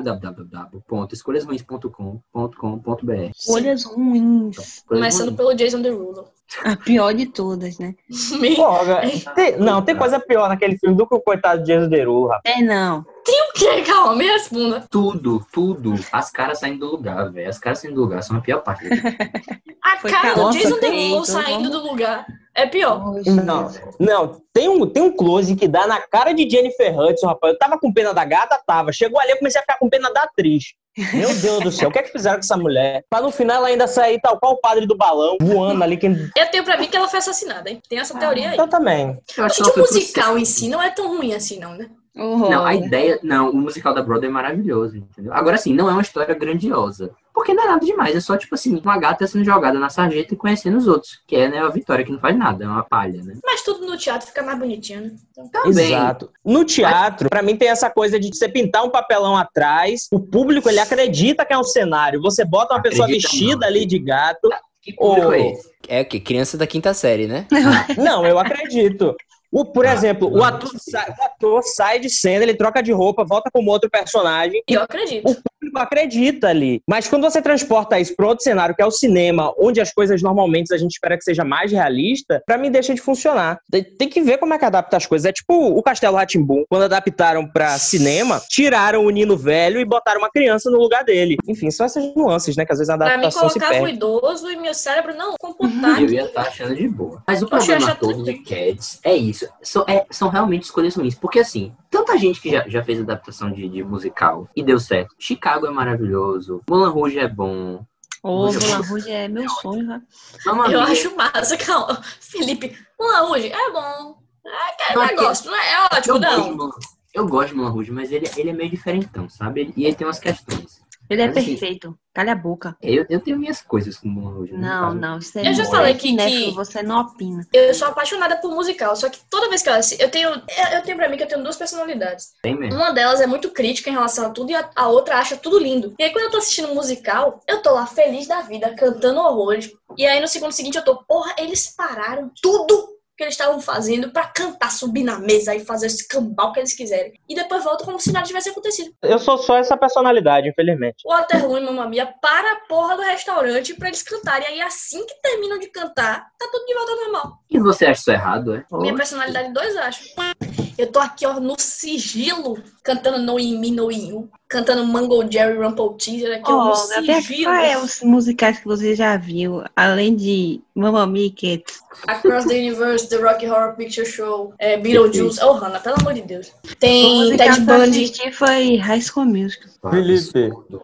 www ponto escolhas ruins ponto com ponto com ponto b r. Escolhas ruins. Escolhas Começando ruins. pelo Jason Derulo. A pior de todas, né? Porra, tem- não, tem coisa pior naquele filme do que o coitado de Jesus Derulo, rapaz. É, não. O que? Calma, me responda. Tudo, tudo. As caras saindo do lugar, velho. As caras saindo do lugar são a pior parte. do filme. A Foi cara do calma, Jason feito, Derulo saindo vamos. do lugar é pior. Não, não, tem um, tem um close que dá na cara de Jennifer Hudson, rapaz. Eu tava com pena da gata, tava. Chegou ali, eu comecei a ficar com pena da atriz. Meu Deus do céu, o que é que fizeram com essa mulher? Pra no final ela ainda sair tal qual o padre do balão, voando ali. Quem... Eu tenho pra mim que ela foi assassinada, hein? Tem essa teoria aí. Eu também. Eu acho que Gente, ela o foi pro musical em si não é tão ruim assim, não, né? Não, a ideia. Não, o musical da Broadway é maravilhoso, entendeu? Agora, assim, não é uma história grandiosa. Porque não é nada demais. É só, tipo assim, uma gata sendo jogada na sarjeta e conhecendo os outros. Que é, né, a Vitória, que não faz nada, é uma palha, né? Mas tudo no teatro fica mais bonitinho, né? Então, Também. Exato. No teatro, pra mim tem essa coisa de você pintar um papelão atrás, o público, ele acredita que é um cenário. Você bota uma pessoa Acredita vestida não. ali de gato. Que público Ô. é esse? É o quê? Criança da quinta série, né? Não, eu acredito. O, por exemplo, o ator, sai, o ator sai de cena, ele troca de roupa, volta como outro personagem. eu acredito. O público acredita ali. Mas quando você transporta isso para outro cenário, que é o cinema, onde as coisas normalmente a gente espera que seja mais realista, pra mim deixa de funcionar. Tem, tem que ver como é que adapta as coisas. É tipo o Castelo Rá-Tim-Bum, quando adaptaram pra cinema, tiraram o Nino velho e botaram uma criança no lugar dele. Enfim, são essas nuances, né? Que às vezes a Pra mim, adaptação se colocava o perde. idoso e meu cérebro não comportar. Eu ia estar achando de boa. Mas o Eu achei problema achar todo tudo. de Cats é isso. São, é- são realmente escolhas ruins. Porque, assim, tanta gente que já, já fez adaptação de, de musical e deu certo. Chicago é maravilhoso. Moulin Rouge é bom. Ô, Moulin Rouge é meu sonho, né? Mamma Eu Mia- acho massa, calma. Felipe, Moulin Rouge é bom. É aquele Não é que- negócio, não é, é ótimo, Eu gosto, de não. Moulin- eu gosto de Moulin Rouge, mas ele, ele é meio diferentão, sabe? Ele- e ele tem umas questões. Ele é Mas, assim, perfeito. Calha a boca. Eu, eu tenho minhas coisas com o Moulin Rouge. Não, caso. não. Isso é Eu já muito falei que- cinéfilo, que- você não opina. Eu sou apaixonada por musical, só que toda vez que eu assisto, eu tenho, eu tenho pra mim que eu tenho duas personalidades. Tem mesmo. Uma delas é muito crítica em relação a tudo e a, a outra acha tudo lindo. E aí quando eu tô assistindo um musical, eu tô lá feliz da vida, cantando horrores. E aí no segundo seguinte eu tô, porra, eles pararam tudo que eles estavam fazendo pra cantar, subir na mesa e fazer esse cambal que eles quiserem. E depois volta como se nada tivesse acontecido. Eu sou só essa personalidade, infelizmente. O Waterloo e Mamma Mia para a porra do restaurante pra eles cantarem. E aí assim que terminam de cantar, tá tudo de volta ao normal. E você acha isso errado, é? Minha personalidade dois, acho. Eu tô aqui, ó, no sigilo, cantando No In Me, No In You, cantando Mango Jerry Rumple Teaser aqui, ó, no Ó, Gabriel, sigilo. qual é os musicais que você já viu, além de Mamma Mia e Cats? Across the Universe, The Rocky Horror Picture Show, é, Beetlejuice. Ô, oh, Hannah, pelo amor de Deus. O Tem musical Ted que eu Bundy. assisti foi High School Musical. Felipe. Absurdo.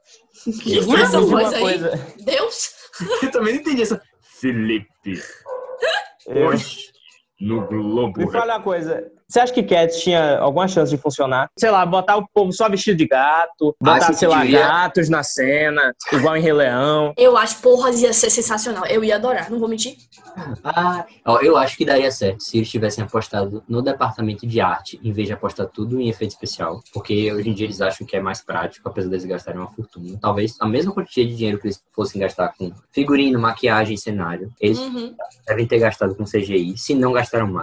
Que Eu foi essa entendi voz uma aí? coisa. Deus? Eu também não entendi essa. Felipe, Eu- hoje, no Globo. Me fala uma coisa. Você acha que Cats tinha alguma chance de funcionar? Sei lá, botar o povo só vestido de gato, botar, Acho sei que lá, devia. gatos na cena, igual em Rei Leão. Eu acho, porra, ia ser sensacional. Eu ia adorar, não vou mentir. Ah, ó, eu acho que daria certo se eles tivessem apostado no departamento de arte, em vez de apostar tudo em efeito especial. Porque hoje em dia eles acham que é mais prático, apesar deles gastarem uma fortuna. Talvez a mesma quantia de dinheiro que eles fossem gastar com figurino, maquiagem e cenário, eles Uhum. devem ter gastado com C G I, se não gastaram mais.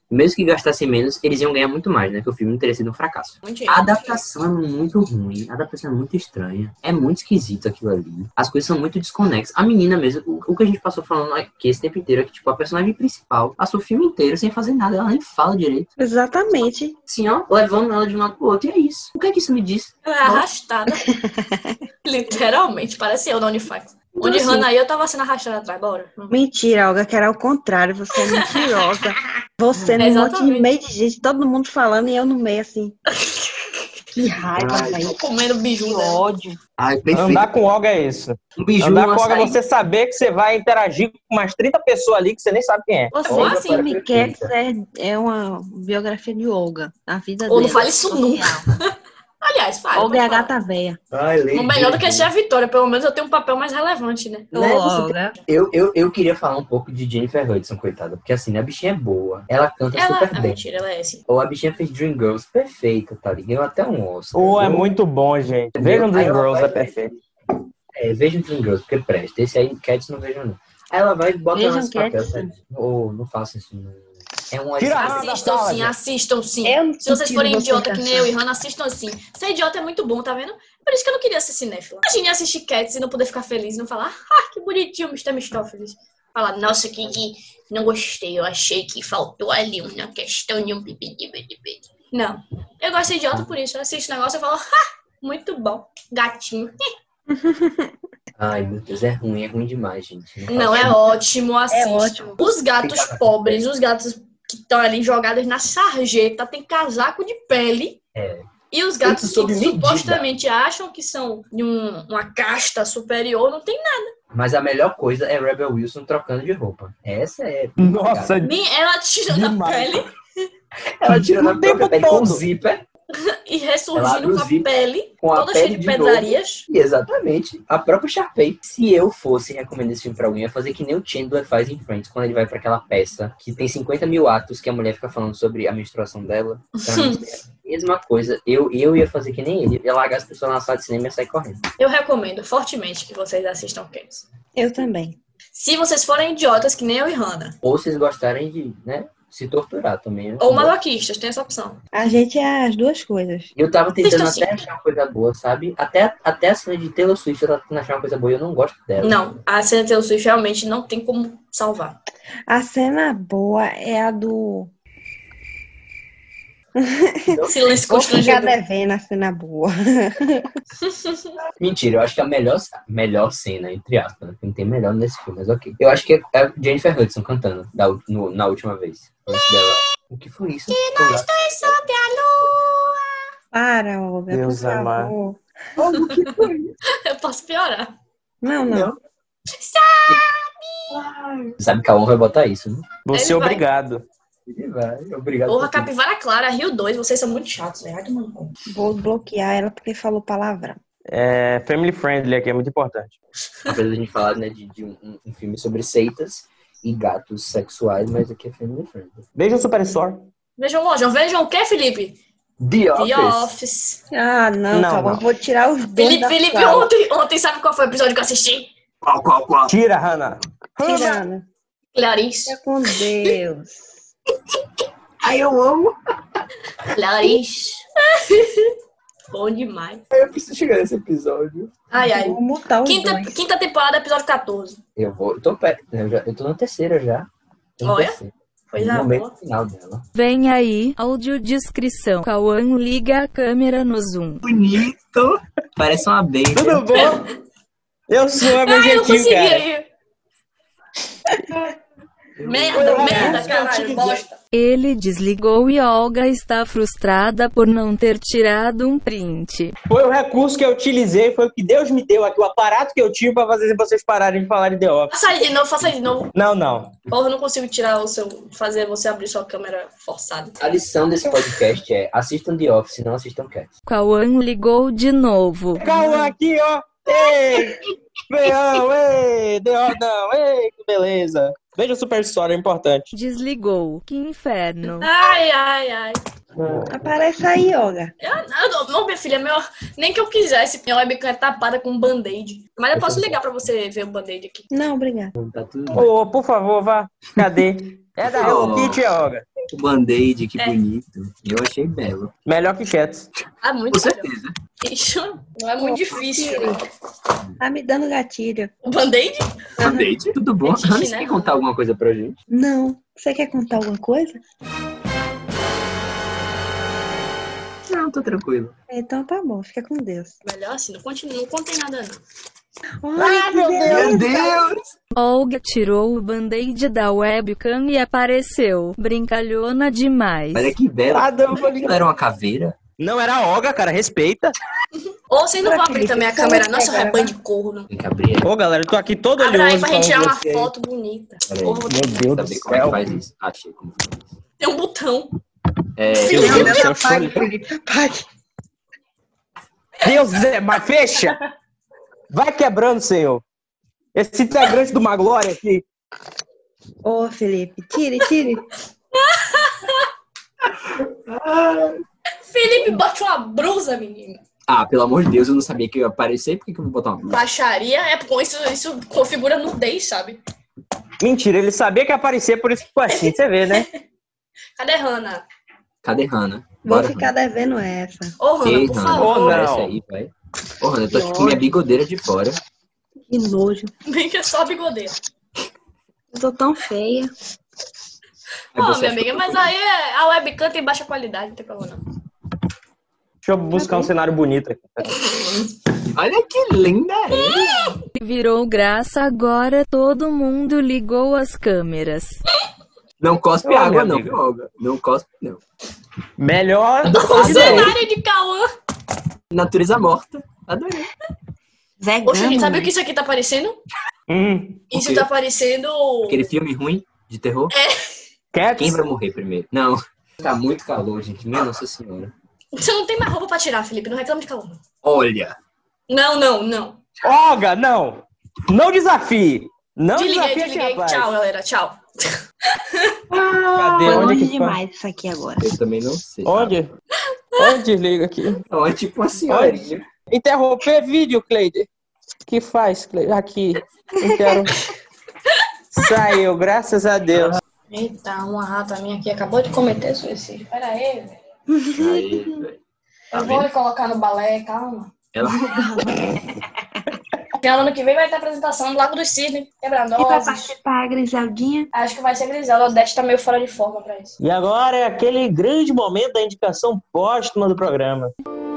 Mesmo que gastassem menos, eles iam ganhar muito mais, né? Porque o filme não teria sido um fracasso. Mentira. A adaptação é muito ruim, a adaptação é muito estranha, é muito esquisito aquilo ali. As coisas são muito desconexas. A menina mesmo, o, o que a gente passou falando aqui esse tempo inteiro é que, tipo, a personagem principal passou o filme inteiro sem fazer nada, ela nem fala direito. Exatamente. Assim, ó, levando ela de um lado pro outro, e é isso. O que é que isso me diz? Ela é arrastada. Literalmente, parece eu na Unifax. Então, Onde assim, Hannah ia, eu tava sendo arrastada atrás, bora. Mentira, Olga, que era o contrário. Você é mentirosa. Você num monte de Exatamente. meio de gente, todo mundo falando e eu no meio assim. Que raiva, Ai, velho. Comendo biju Que dela. ódio. Ai, perfeito. Andar com Olga é isso. Um biju, Andar um com Olga é açaí. você saber que você vai interagir com umas trinta pessoas ali que você nem sabe quem é. Você Olga assim, para Filme perfeita. Cats é, é uma biografia de Olga. A vida Ou não dela. fale isso social. nunca. Aliás, fale. Olga é a pode falar. gata véia. Ai, lei Não, melhor do que de- ser a Vitória, pelo menos eu tenho um papel mais relevante, né? Ô, Né, você Olga. Eu, eu, eu queria falar um pouco de Jennifer Hudson, coitada. Porque assim, a bichinha é boa. Ela canta Ela. super Ah, bem. mentira, ela é assim. Ou a bichinha fez Dreamgirls perfeita, tá ligado? Ganhou até um Oscar. Pô, é Eu- muito bom, gente. Entendeu? Vejam Aí Dream ela Girls, vai- é perfeito. É, vejam Dreamgirls, porque presta. Esse aí, Cats, não vejam não. Aí ela vai e bota Vejam nesse papel. Cats, Tá? sim. Ou não faça isso. Não. É um Tira a Hannah da Assistam sala, sim, gente. assistam sim. Eu não Se vocês tiro forem vocês idiota da que nem eu e sala. Hannah, assistam sim. Ser idiota é muito bom, tá vendo? Por isso que eu não queria ser cinéfila. Imagine assistir Cats e não poder ficar feliz e não falar, ah, que bonitinho, mister Mistófeles. Falar, nossa, que, que não gostei, eu achei que faltou ali uma questão de um pipidi. Não. Eu gosto de ser idiota por isso. Eu assisto o negócio e falo, ah, muito bom. Gatinho. Ai, meu Deus, é ruim, é ruim demais, gente. Não, faça é isso. ótimo, assistam. ótimo. Os gatos Fica- pobres, os gatos que estão ali jogados na sarjeta, tem casaco de pele. É. E os Feito gatos sob que medida. supostamente acham que são de um- uma casta superior, não tem nada. Mas a melhor coisa é Rebel Wilson trocando de roupa. Essa é. Nossa, Nem ela tirando a Demais. pele Ela tirando o a própria tempo pele com todo. zíper. e Ela abre ressurgindo o com a zíper, pele, com a toda pele cheia de de novo. pedrarias. E exatamente. A própria Sharpay. Se eu fosse recomendar esse filme pra alguém, eu ia fazer que nem o Chandler faz em Friends, quando ele vai pra aquela peça que tem cinquenta mil atos que a mulher fica falando sobre a menstruação dela. Pra mim, é a mesma coisa. Eu, eu ia fazer que nem ele. Eu ia largar as pessoas na sala de cinema e ia sair correndo. Eu recomendo fortemente que vocês assistam Cats. Eu também. Se vocês forem idiotas, que nem eu e Hannah. Ou vocês gostarem de, né, se torturar também. né? Ou masoquistas, tem essa opção. A gente é as duas coisas. Eu tava tentando Assistam até achar uma coisa boa, sabe? Até, até a cena de Taylor Swift eu tava tentando achar uma coisa boa e eu não gosto dela. Não, a cena de Taylor Swift realmente não tem como salvar. A cena boa é a do. Silêncio Vou ficar constrangedor. devendo a cena boa. Mentira, eu acho que a melhor, melhor cena, entre aspas, né? Não tem melhor nesse filme, mas ok. Eu acho que é a Jennifer Hudson cantando da, ul- no- na última vez. Antes dela. O que foi isso? Foi lá. Sob a lua. Para, Olga, Deus por favor. Eu posso piorar. Não, não. Não. Sabe que a honra vai botar isso, né? Você é Ele vai. obrigado. Ele vai. Obrigado. Porra, por tudo. Capivara Clara, Rio dois, vocês são muito chatos, velho. Vai tomando conta. Vou bloquear ela porque falou palavrão. É family friendly aqui, é muito importante. Apesar de a gente falar, né, de, de um, um- um filme sobre seitas e gatos sexuais, mas aqui é family friendly. Beijo, Super Store. Vejam, lojão. Vejam o que, Felipe? The Office. The Office. Ah, não, Não, calma, não. eu vou tirar os dois Felipe, da Felipe sala. ontem, ontem, sabe qual foi o episódio que eu assisti? Qual, qual, qual? Tira, Hannah. Hannah. Tirando. Clarice. Fica com Deus. Ai, eu amo. Clarice. Bom demais. Eu preciso chegar nesse episódio. Ai, ai. Vou mutar os Quinta, dois. quinta temporada, episódio quatorze. Eu vou. Eu tô perto. Eu, já, eu tô na terceira já. Tô na Olha. terceira. Coisa No momento boa. final dela. Vem aí, audiodescrição. Cauã liga a câmera no Zoom. Bonito. Parece uma abelha. Tudo bom? Eu sou meu Ai, eu não jeitinho, consegui cara. aí. Merda, Oi, merda, eu te caralho, dizer. bosta. Ele desligou e Olga está frustrada por não ter tirado um print. Foi o recurso que eu utilizei, foi o que Deus me deu aqui, o aparato que eu tive pra fazer vocês pararem de falar de The Office. Faça aí de novo, faça aí de novo. Não, não. Porra, eu não consigo tirar o seu. Fazer você abrir sua câmera forçada. A lição desse podcast é assistam The Office, não assistam Cats. Cauã ligou de novo. Calma aqui, ó. Ei! Veão, ei! The Office, não, ei, que beleza. Veja o Super Story, é importante. Desligou. Que inferno. Ai, ai, ai. Aparece aí, Olga. Eu, eu, não- não, minha filha, meu, nem que eu quisesse, minha webcam é tapada com um band-aid. Mas eu posso ligar pra você ver o band-aid aqui. Não, obrigada. Tá tudo bem. Ô, por favor, vá. Cadê? É da Hello Kitty, Olga. O band-aid, que É. bonito. Eu achei belo. Melhor que Cats. Ah, Com muito melhor. certeza. Isso não é muito difícil. Tá me dando gatilho. O Band-Aid? Band-aid, tudo bom? É xixi, Ana, você né, quer Ana? contar alguma coisa pra gente? Não. Você quer contar alguma coisa? Não, tô tranquilo. Então tá bom, fica com Deus. Melhor assim, não, continue, não contém nada, não. Ai, Ah, que meu beleza. Meu Deus! Olga tirou o band-aid da webcam e apareceu. Brincalhona demais. Olha que belo. Ah, não, vou Aquilo era uma caveira? Não era a Olga, cara, respeita. Ou vocês não vão abrir Felipe, também a só câmera, você não, seu agora, rebanho vai. de corno. Tem que abrir. Ô, galera, eu tô aqui todo Abra aí olhoso pra gente tirar falando uma com você aí. foto bonita. Peraí. Porra, vou ter- Meu Deus do Saber como é que céu. faz isso. Achei como faz isso. Tem um botão. É, Meu Não, Deus do não, céu, Apague, chore. Felipe, apague. Deus, Zé, mas fecha. Vai quebrando, Senhor. Esse integrante de uma glória aqui. Ô, Felipe, tire, tire. Felipe, bote uma brusa, menino. Ah, pelo amor de Deus, eu não sabia que ia aparecer. Por que, que eu vou botar uma blusa? Baixaria é com isso, isso configura nudez, sabe? Mentira, ele sabia que ia aparecer, por isso que ficou assim. Você vê, né? Cadê Hannah? Cadê Hannah? Vou Bora, ficar devendo essa. Ô, Hannah, Ei, por Hannah, favor. Ô, não. aparece aí, vai. Ô, Hannah, eu tô aqui com minha bigodeira de fora. Que nojo. Vem que é só bigodeira. Eu tô tão feia. Aí Ó, você minha acha que amiga, eu tô mas com- aí é- a webcam tem baixa qualidade, não tem problema não. Deixa eu buscar um cenário bonito aqui. Olha que linda é. Virou graça agora, todo mundo ligou as câmeras. Não cospe Ô, água, minha não, amiga. viu, Olga? Não cospe, não. Melhor. O Adorei. cenário de Cauã. Natureza morta. Adorei. Zé Ô, gente, Gama, sabe né? o que isso aqui tá parecendo? Hum, Isso quê? tá parecendo... Aquele filme ruim de terror? Cats. Quem vai morrer primeiro? Não. Tá muito calor, gente. Minha Nossa Senhora. Você não tem mais roupa pra tirar, Felipe. Não reclama de calor. Olha. Não, não, não. Olga, não. Não desafie. Não Desliguei, desafie esse desliguei. rapaz. Tchau, galera. Tchau. Cadê? Foi Onde longe que foi? demais isso aqui agora. Eu também não sei. Onde? Onde desliga aqui? Não, é tipo uma senhorinha. Interromper vídeo, Cleide. Que faz, Cleide? Aqui. Inter... Saiu, graças a Deus. Eita, uma rata minha aqui acabou de cometer suicídio. Pera aí, velho. Aí, velho. Tá Eu vou vendo? lhe colocar no balé, calma. Ela... Porque ano que vem vai ter apresentação do Lago dos Cisnes, E pra Quebra-Nozes. participar, a Griseldinha? Acho que vai ser Griselda. A Odete tá meio fora de forma pra isso. E agora é aquele grande momento da indicação póstuma do programa.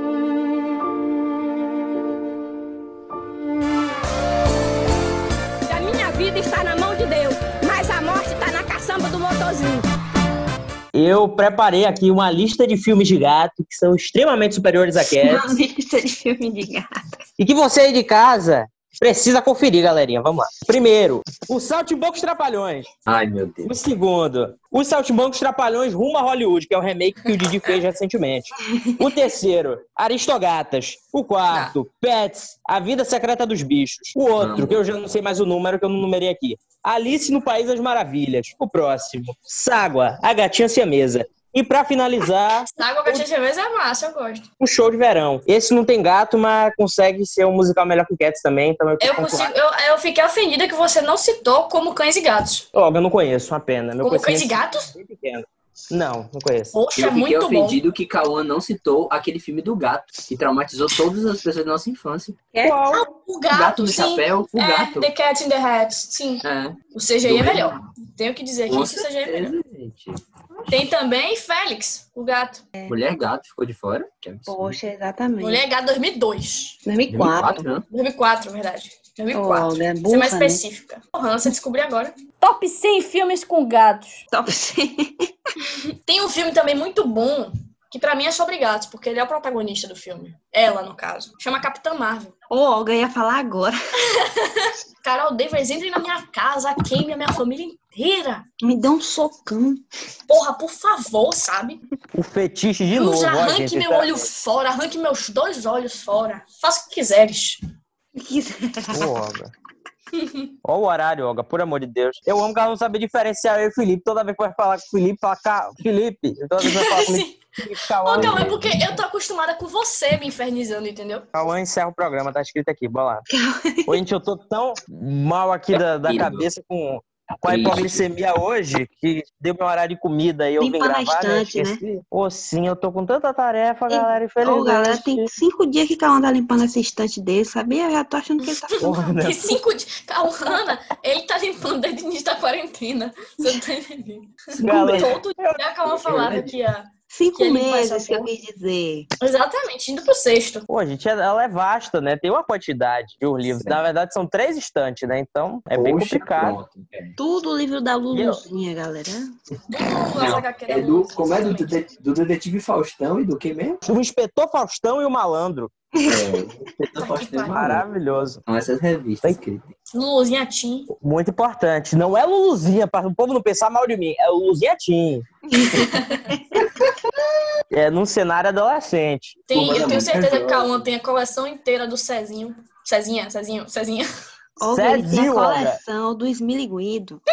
A minha vida está na mão de Deus, mas a morte está na caçamba do motorzinho. Eu preparei aqui uma lista de filmes de gato que são extremamente superiores a Uma Cats lista de filme de gato. e que você aí de casa precisa conferir, galerinha. Vamos lá. Primeiro, os Saltimbancos Trapalhões. Ai, meu Deus. O segundo, os Saltimbancos Trapalhões rumo a Hollywood, que é o remake que o Didi fez recentemente. O terceiro, Aristogatas. O quarto, Pets, A Vida Secreta dos Bichos. O outro, Amo. que eu já não sei mais o número, que eu não numerei aqui. Alice no País das Maravilhas. O próximo, Ságua, a Gatinha Siamesa. E pra finalizar, Água Gatinha Siamesa é massa, eu gosto. o Show de Verão. Esse não tem gato, mas consegue ser um musical melhor que Cats também, então eu Eu, consigo, eu, eu fiquei ofendida que você não citou como Cães e Gatos. Olga, eu não conheço, uma pena. Meu Como Cães e conhecimento Gatos? é bem pequeno. Não, não conheço. Poxa, Eu é fiquei muito bom. ofendido que Cauã não citou aquele filme do gato, que traumatizou todas as pessoas da nossa infância. Qual? O O gato, gato no sim. chapéu, o é, gato. The Cat in the Hat, sim. É, O C G I é Do melhor. Tenho que dizer aqui com que o C G I é melhor. certeza, gente. Tem também Félix, o gato. Mulher gato ficou de fora? Que absurdo. Poxa, exatamente. Mulher Gato dois mil e dois. dois mil e quatro. né? dois mil e quatro, verdade. dois mil e quatro. Olga, é Ser burra, mais né? específica. Porra, você descobriu agora. Top cem filmes com gatos. Top cem. Tem um filme também muito bom, que pra mim é sobre gatos, porque ele é o protagonista do filme. Ela, no caso. Chama Capitã Marvel. Ô, Olga, eu ia falar agora. Carol Danvers, entrem na minha casa, queime a minha família inteira. Me dá um socão. Porra, por favor, sabe? O fetiche de novo, Usa, ó, arranque gente. meu tá- olho fora, arranque meus dois olhos fora. Faça o que quiseres. Ô, Olga. Ó o horário, Olga, por amor de Deus. Eu amo que ela não sabe diferenciar eu e o Felipe. Toda vez que vai falar com o Felipe, fala, "Ca- Felipe. Toda vez que vai falar comigo, Sim. Felipe, Ô, Cauã. Cauã, é porque eu tô acostumada com você me infernizando, entendeu? Cauã encerra o programa, tá escrito aqui, bora lá. Ô, gente, eu tô tão mal aqui da, da Filho. cabeça com com a Triste. hipoglicemia hoje, que deu meu horário de comida e eu vim Limpando a gravar, né? estante, né? Esqueci. Pô, sim, eu tô com tanta tarefa, galera, Ô, infelizmente. galera, tem cinco dias que Cauã tá limpando essa estante dele, sabia? Eu já tô achando que ele tá Porra, fumando. né? Tem cinco dias. Calma, ele tá limpando desde o início da quarentena. Você não tá entendendo? Galera, Todo dia a Calma falava que ia. Cinco Que ele faz meses essa que eu porra. quis dizer. Exatamente, indo pro sexto. Pô, gente, ela é vasta, né? Tem uma quantidade de um livro. Na verdade, são três estantes, né? Então, é bem Poxa, complicado. pronto. É. Tudo o livro da Luluzinha, galera. Nossa, Não, é do, como é do, det- do Detetive Faustão e do que mesmo? O Inspetor Faustão e o Malandro. É, o Detetive Faustão e o Malandro. Maravilhoso. São essas revistas que ele tem. Luluzinha Tim. Muito importante. Não é Luluzinha, para o povo não pensar mal de mim. É Luluzinha Tim. É num cenário adolescente. Tem, Pô, mas eu é tenho muito certeza que legal. Cauã tem a coleção inteira do Cezinho. Cezinha, Cezinho, Cezinha. Olga, ele tem a Cezinho, Olga. coleção do Esmiliguido.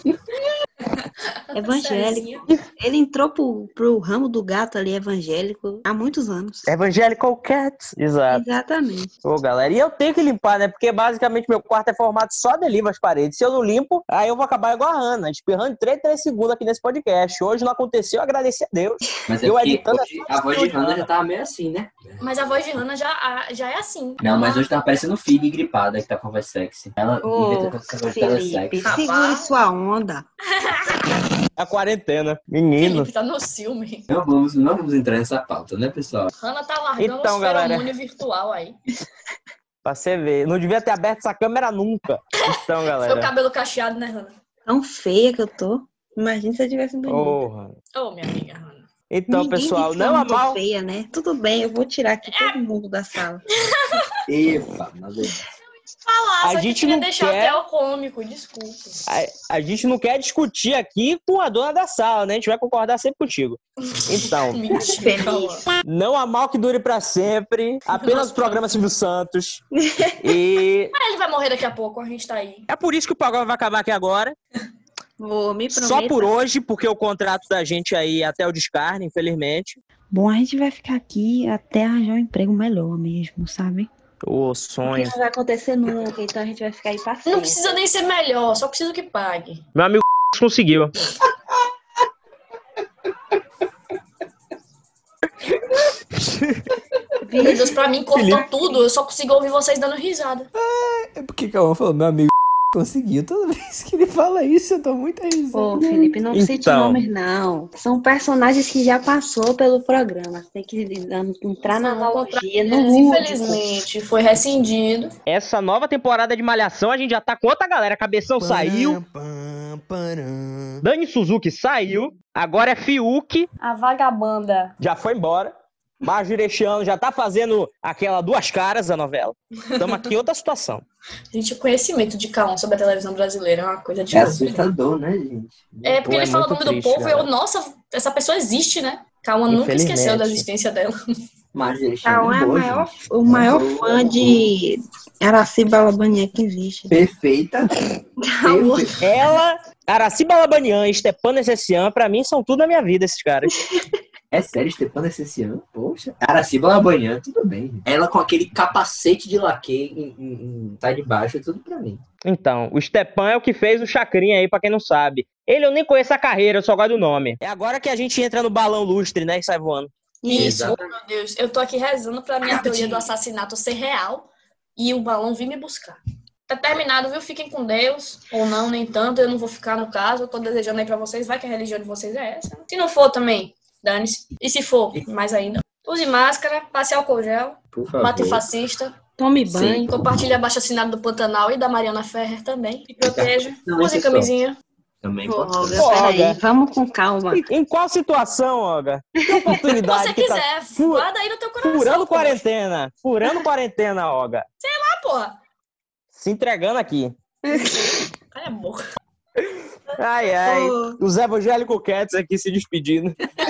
Evangélico. Cezinha. Ele entrou pro, pro ramo do gato ali evangélico há muitos anos. Evangelical Cats. Exato. Exatamente. Ô, galera, e eu tenho que limpar, né? Porque basicamente meu quarto é formado só de livro as paredes. Se eu não limpo, aí eu vou acabar igual a Ana, espirrando em três, três segundos aqui nesse podcast. Hoje não aconteceu, eu agradeci a Deus. Mas é Eu porque editando hoje a voz de Hannah já tava meio assim, né? Mas a voz de Hannah já, já é assim. Não, mas hoje tá parecendo Phoebe gripada, que tá com a voz sexy. Ela Ô, inventa com essa voz dela Felipe, sexy. segure sua onda. A quarentena. Menino. Felipe tá no ciúme. Não vamos, não vamos entrar nessa pauta, né, pessoal? Hannah tá largando Então, os galera. feromônio virtual aí. Pra você ver. Não devia ter aberto essa câmera nunca. Então, Seu galera. cabelo cacheado, né, Hannah? Tão feia que eu tô. Imagina se eu tivesse bonita. Porra. Ô, minha amiga Hannah. Então, Ninguém pessoal, disse que eu não é tô mal. feia, né? Tudo bem, eu vou tirar aqui todo mundo da sala. Epa, nada disso. Falar, A só que gente queria não deixar quer- até o cômico, desculpa. A, a gente não quer discutir aqui com a dona da sala, né? A gente vai concordar sempre contigo. Então, Mentira, Feliz. Cauã. não há mal que dure pra sempre. Apenas o programa Silvio Santos. E Ah, ele vai morrer daqui a pouco, a gente tá aí. é por isso que o programa vai acabar aqui agora. Vou, me prometa. Só por hoje, porque o contrato da gente aí é até o descarne, infelizmente. Bom, a gente vai ficar aqui até arranjar um emprego melhor mesmo, sabe? O Não sonho. vai acontecer nunca, então a gente vai ficar aí pra Não sempre. precisa nem ser melhor, só preciso que pague. Meu amigo conseguiu. Meu Deus, pra mim cortou tudo, eu só consigo ouvir vocês dando risada. É porque Cauã falou, meu amigo conseguiu. Toda vez que ele fala isso, eu dou muita risada. Ô, Felipe, não cite Então. nomes, não. São personagens que já passou pelo programa. Tem que entrar na Não, analogia no Eles, último. infelizmente, foi rescindido. Essa nova temporada de Malhação, a gente já tá com outra galera. Cabeção saiu, Pam, param. Dani Suzuki saiu, agora é Fiuk, A vagabanda. já foi embora. Marjorie este ano já tá fazendo aquela Duas Caras da novela. Estamos aqui em outra situação. Gente, o conhecimento de Cauã sobre a televisão brasileira é uma coisa de É louco. assustador, né, gente? É, porque Pô, é ele fala o muito nome do triste, povo e eu, galera. nossa, essa pessoa existe, né? Cauã nunca Infelizmente. esqueceu da existência dela. Mas eles Cauã é a boa, maior, gente. o maior Boa, fã de Araci Balabanian que existe. Perfeita. Cauã. Perfeita. Ela, Araci Balabanian e Stepan Essessian, pra mim, são tudo na minha vida, esses caras. É sério, Stepan Essessian? Poxa. Araciba Labanhã, tudo bem. Gente. Ela com aquele capacete de laque em, em, em, tá de baixo, é tudo pra mim. Então, o Stepan é o que fez o Chacrinha aí, pra quem não sabe. Ele eu nem conheço a carreira, eu só gosto do nome. É agora que a gente entra no balão lustre, né, e sai voando. Isso, Exato. oh, meu Deus. Eu tô aqui rezando pra minha teoria do assassinato ser real e o balão vir me buscar. Tá terminado, viu? Fiquem com Deus. Ou não, nem tanto. Eu não vou ficar no caso. Eu tô desejando aí pra vocês. Vai que a religião de vocês é essa. Se não for também, dane-se. E se for, mais ainda. Use máscara, passe álcool gel, Por favor. mate fascista, Tome Sim. banho. compartilhe abaixo assinado do Pantanal e da Mariana Ferrer também. E proteja. Não, Use isso é só. camisinha. Também Ô, importante. Olga, peraí, Olga. vamos com calma. Em qual situação, Olga? Que Se oportunidade você que tá quiser, fu- guarda aí no teu coração. furando porra. quarentena. Furando quarentena, Olga. Ah, porra. Se entregando aqui. Cala a boca. Ai, ai. Ô, Os Evangelical Cats aqui se despedindo.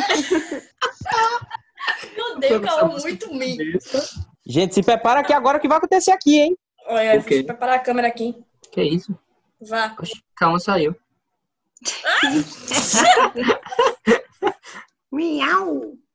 Meu Deus, Cauã, muito mim. Gente, se prepara que agora o que vai acontecer aqui, hein? Olha, O quê? vou preparar a câmera aqui. Que isso? Vá. Oxi, calma, saiu. miau.